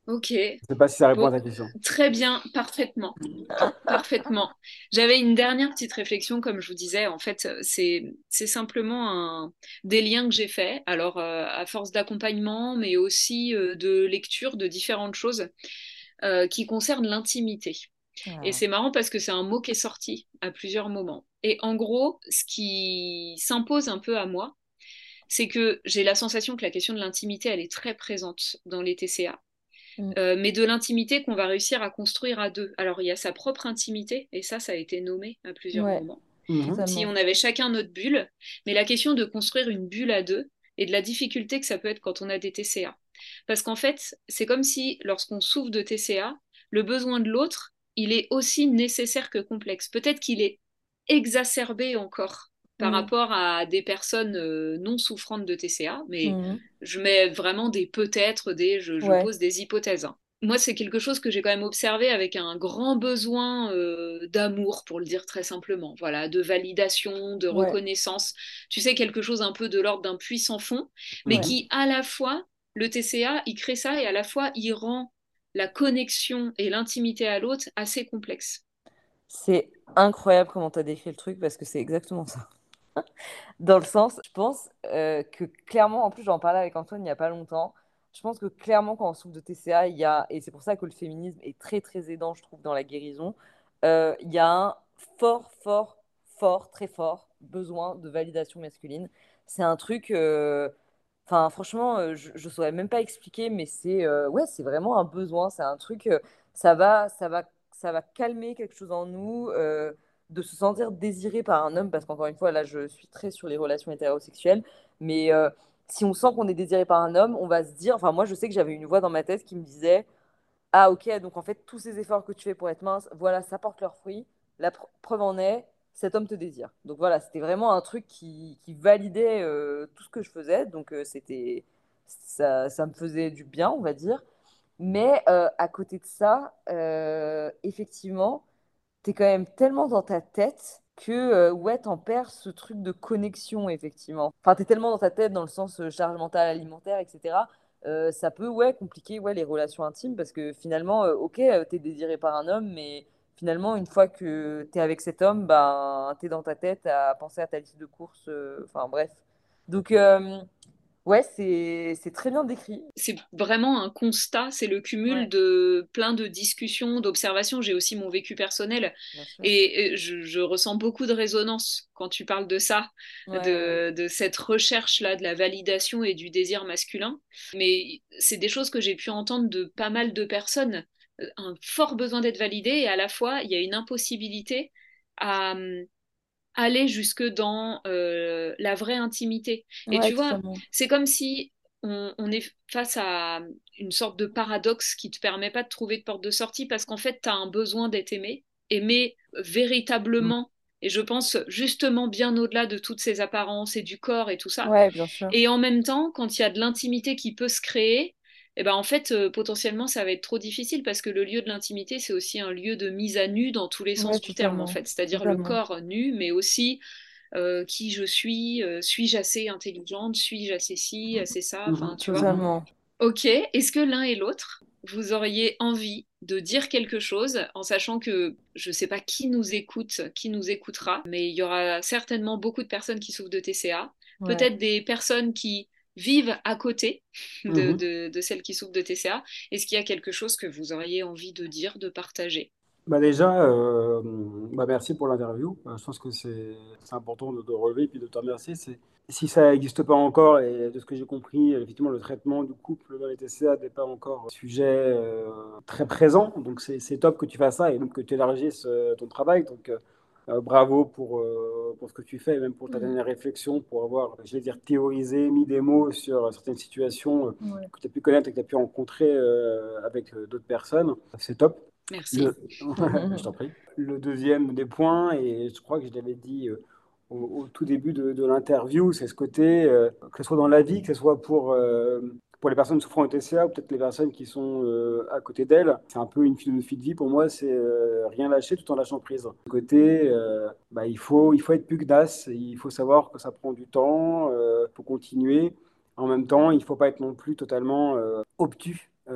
Ok. Je sais pas si ça répond à Bon, ta question. très bien, parfaitement. Parfaitement. J'avais une dernière petite réflexion, comme je vous disais. En fait, c'est c'est simplement un, des liens que j'ai faits. Alors, euh, à force d'accompagnement, mais aussi euh, de lecture de différentes choses euh, qui concernent l'intimité. Et Ah. c'est marrant parce que c'est un mot qui est sorti à plusieurs moments. Et en gros, ce qui s'impose un peu à moi, c'est que j'ai la sensation que la question de l'intimité, elle est très présente dans les T C A. Mm. Euh, mais de l'intimité qu'on va réussir à construire à deux. Alors, il y a sa propre intimité, et ça, ça a été nommé à plusieurs Ouais, moments, Mhm. comme si totalement. on avait chacun notre bulle, mais la question de construire une bulle à deux, et de la difficulté que ça peut être quand on a des T C A. Parce qu'en fait, c'est comme si, lorsqu'on souffre de T C A, le besoin de l'autre, il est aussi nécessaire que complexe. Peut-être qu'il est exacerbé encore par Mm. rapport à des personnes euh, non souffrantes de T C A, mais Mhm. je mets vraiment des peut-être, des je, je Ouais, pose des hypothèses, hein. Moi, c'est quelque chose que j'ai quand même observé avec un grand besoin euh, d'amour, pour le dire très simplement. Voilà, de validation, de ouais, reconnaissance. Tu sais, quelque chose un peu de l'ordre d'un puits sans fond, mais Mhm. ouais. qui, à la fois, le T C A, il crée ça et à la fois, il rend la connexion et l'intimité à l'autre assez complexe. C'est incroyable comment tu as décrit le truc parce que c'est exactement ça. Dans le sens, je pense euh, que clairement, en plus j'en parlais avec Antoine il n'y a pas longtemps, je pense que clairement quand on souffre de T C A, il y a, et c'est pour ça que le féminisme est très très aidant, je trouve, dans la guérison, euh, il y a un fort, fort, fort, très fort besoin de validation masculine. C'est un truc, euh, enfin franchement, euh, je ne saurais même pas expliquer, mais c'est euh, ouais, c'est vraiment un besoin, c'est un truc, euh, ça va, ça va, ça va calmer quelque chose en nous. Euh, de se sentir désiré par un homme, parce qu'encore une fois, là, je suis très sur les relations hétérosexuelles, mais euh, si on sent qu'on est désiré par un homme, on va se dire, enfin, moi, je sais que j'avais une voix dans ma tête qui me disait, ah, ok, donc en fait, tous ces efforts que tu fais pour être mince, voilà, ça porte leurs fruits. La pr- preuve en est, cet homme te désire. Donc voilà, c'était vraiment un truc qui, qui validait euh, tout ce que je faisais, donc euh, c'était, ça, ça me faisait du bien, on va dire. Mais euh, à côté de ça, euh, effectivement, t'es quand même tellement dans ta tête que euh, ouais, t'en perds ce truc de connexion, effectivement. Enfin, t'es tellement dans ta tête dans le sens euh, charge mentale alimentaire, et cetera. Euh, ça peut ouais, compliquer ouais, les relations intimes parce que finalement, euh, ok, euh, t'es désiré par un homme, mais finalement, une fois que t'es avec cet homme, ben, t'es dans ta tête à penser à ta liste de courses. euh, Enfin, bref. Donc, euh, ouais, c'est c'est très bien décrit. C'est vraiment un constat, c'est le Ouais, cumul de plein de discussions, d'observations. J'ai aussi mon vécu personnel bien sûr. et et je, je ressens beaucoup de résonance quand tu parles de ça, Ouais, ouais. de, de cette recherche-là de la validation et du désir masculin. Mais c'est des choses que j'ai pu entendre de pas mal de personnes. Euh, Un fort besoin d'être validé et à la fois, il y a une impossibilité à hum, aller jusque dans euh, la vraie intimité. Et Ouais, tu vois, totalement. c'est comme si on, on est face à une sorte de paradoxe qui te permet pas de trouver de porte de sortie parce qu'en fait, tu as un besoin d'être aimé, aimé Mhm. véritablement. Et je pense justement bien au-delà de toutes ces apparences et du corps et tout ça. Ouais, bien sûr. Et en même temps, quand il y a de l'intimité qui peut se créer, eh ben en fait, euh, potentiellement, ça va être trop difficile parce que le lieu de l'intimité, c'est aussi un lieu de mise à nu dans tous les Ouais, sens du terme, en totalement. fait. C'est-à-dire le Totalement. corps nu, mais aussi euh, qui je suis, euh, suis-je assez intelligente, suis-je assez ci, assez ça, enfin, Mhm. tu vois. Mhm. Totalement. Ok, est-ce que l'un et l'autre, vous auriez envie de dire quelque chose en sachant que je ne sais pas qui nous écoute, qui nous écoutera, mais il y aura certainement beaucoup de personnes qui souffrent de T C A, Ouais. peut-être des personnes qui vivent à côté de, Mhm. de, de celles qui souffrent de T C A. Est-ce qu'il y a quelque chose que vous auriez envie de dire, de partager? Bah déjà, euh, bah merci pour l'interview. Euh, je pense que c'est c'est important de, de relever et puis de te remercier. C'est, si ça n'existe pas encore, et de ce que j'ai compris, effectivement, le traitement du couple dans les T C A n'est pas encore un sujet euh, très présent. Donc c'est c'est top que tu fasses ça et même que tu élargisses euh, ton travail. Donc euh, euh, bravo pour, euh, pour ce que tu fais et même pour ta Mhm. dernière réflexion, pour avoir, je vais dire, théorisé, mis des mots sur certaines situations euh, Ouais. que tu as pu connaître et que tu as pu rencontrer euh, avec euh, d'autres personnes. C'est top. Merci. Le... Je t'en prie. Le deuxième des points, et je crois que je l'avais dit euh, au, au tout début de, de l'interview, c'est ce côté, euh, que ce soit dans la vie, que ce soit pour, euh, pour les personnes souffrant de T C A ou peut-être les personnes qui sont euh, à côté d'elles. C'est un peu une philosophie de vie pour moi, c'est euh, rien lâcher tout en lâchant prise. Le côté, euh, bah, il faut, il faut être pugnace, il faut savoir que ça prend du temps, il faut continuer. En même temps, il ne faut pas être non plus totalement euh, obtus. Euh,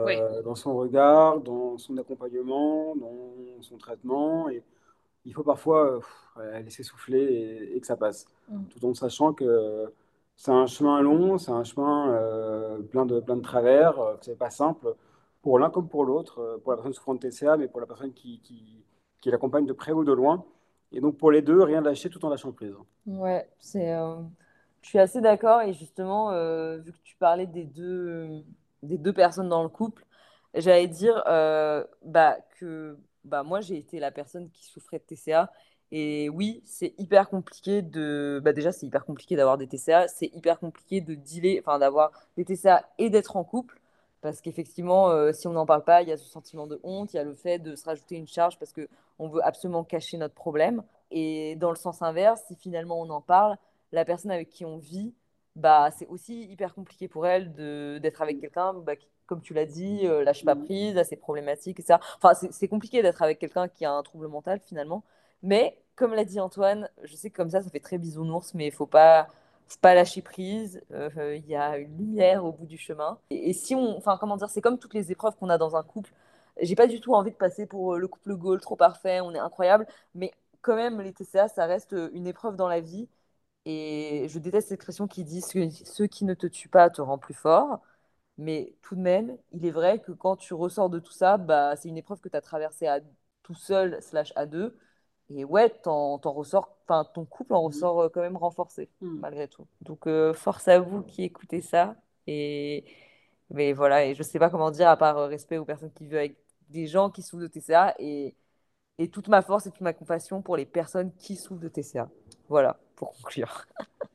euh, Ouais. dans son regard, dans son accompagnement, dans son traitement. Et il faut parfois euh, pff, laisser souffler et, et que ça passe, Mm. tout en sachant que c'est un chemin long, c'est un chemin euh, plein de, plein de travers, euh, que c'est pas simple pour l'un comme pour l'autre, euh, pour la personne souffrant de T C A, mais pour la personne qui, qui, qui l'accompagne de près ou de loin. Et donc pour les deux, rien lâcher tout en lâchant prise. Ouais, c'est, euh, je suis assez d'accord. Et justement, euh, vu que tu parlais des deux, des deux personnes dans le couple, j'allais dire euh, bah, que bah, moi, j'ai été la personne qui souffrait de T C A. Et oui, c'est hyper compliqué de... Bah, déjà, c'est hyper compliqué d'avoir des T C A. C'est hyper compliqué de dealer, enfin, d'avoir des T C A et d'être en couple. Parce qu'effectivement, euh, si on n'en parle pas, il y a ce sentiment de honte, il y a le fait de se rajouter une charge parce qu'on veut absolument cacher notre problème. Et dans le sens inverse, si finalement on en parle, la personne avec qui on vit, bah, c'est aussi hyper compliqué pour elle de, d'être avec quelqu'un, bah, qui, comme tu l'as dit, euh, lâche pas prise, assez problématique, et cetera. Enfin, c'est, c'est compliqué d'être avec quelqu'un qui a un trouble mental finalement. Mais comme l'a dit Antoine, je sais que comme ça, ça fait très bisounours, mais il faut pas, faut pas lâcher prise. Euh, euh, Il y a une lumière au bout du chemin. Et, et si on, enfin, comment dire, c'est comme toutes les épreuves qu'on a dans un couple. J'ai pas du tout envie de passer pour euh, le couple goal trop parfait, on est incroyable, mais quand même, les T C A, ça reste une épreuve dans la vie. Et je déteste cette expression qui dit ce, ce qui ne te tue pas te rend plus fort. Mais tout de même, il est vrai que quand tu ressors de tout ça, bah, c'est une épreuve que tu as traversée à, tout seul, slash à deux. Et ouais, t'en, t'en ressors, enfin, ton couple en ressort euh, quand même renforcé, Mm. malgré tout. Donc, euh, force à vous qui écoutez ça. Et mais voilà, et je sais pas comment dire, à part euh, respect aux personnes qui vivent avec des gens qui souffrent de T C A. Et et toute ma force et toute ma compassion pour les personnes qui souffrent de T C A. Voilà, pour conclure.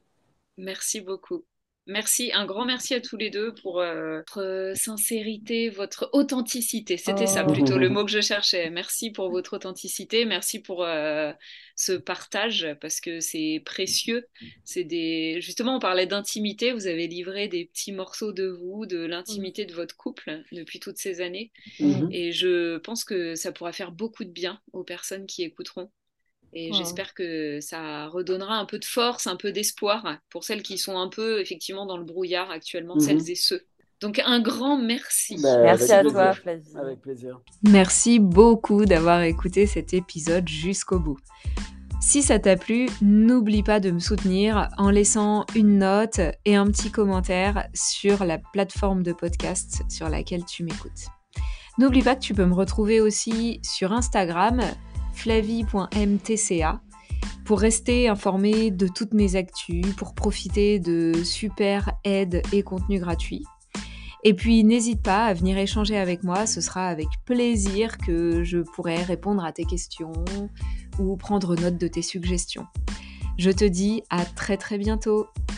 Merci beaucoup. Merci, un grand merci à tous les deux pour euh, votre sincérité, votre authenticité. C'était ça Oh. plutôt le mot que je cherchais. Merci pour votre authenticité, merci pour euh, ce partage parce que c'est précieux. C'est des... Justement, on parlait d'intimité. Vous avez livré des petits morceaux de vous, de l'intimité de votre couple depuis toutes ces années. Mhm. Et je pense que ça pourra faire beaucoup de bien aux personnes qui écouteront. Et Ouais. j'espère que ça redonnera un peu de force, un peu d'espoir pour celles qui sont un peu effectivement dans le brouillard actuellement, Mhm. celles et ceux. Donc un grand merci. Ben, Merci avec à toi, plaisir. Flavie. Avec plaisir. Merci beaucoup d'avoir écouté cet épisode jusqu'au bout. Si ça t'a plu, n'oublie pas de me soutenir en laissant une note et un petit commentaire sur la plateforme de podcast sur laquelle tu m'écoutes. N'oublie pas que tu peux me retrouver aussi sur Instagram, flavie point m t c a, pour rester informé de toutes mes actus, pour profiter de super aides et contenus gratuits. Et puis n'hésite pas à venir échanger avec moi, ce sera avec plaisir que je pourrai répondre à tes questions ou prendre note de tes suggestions. Je te dis à très très bientôt.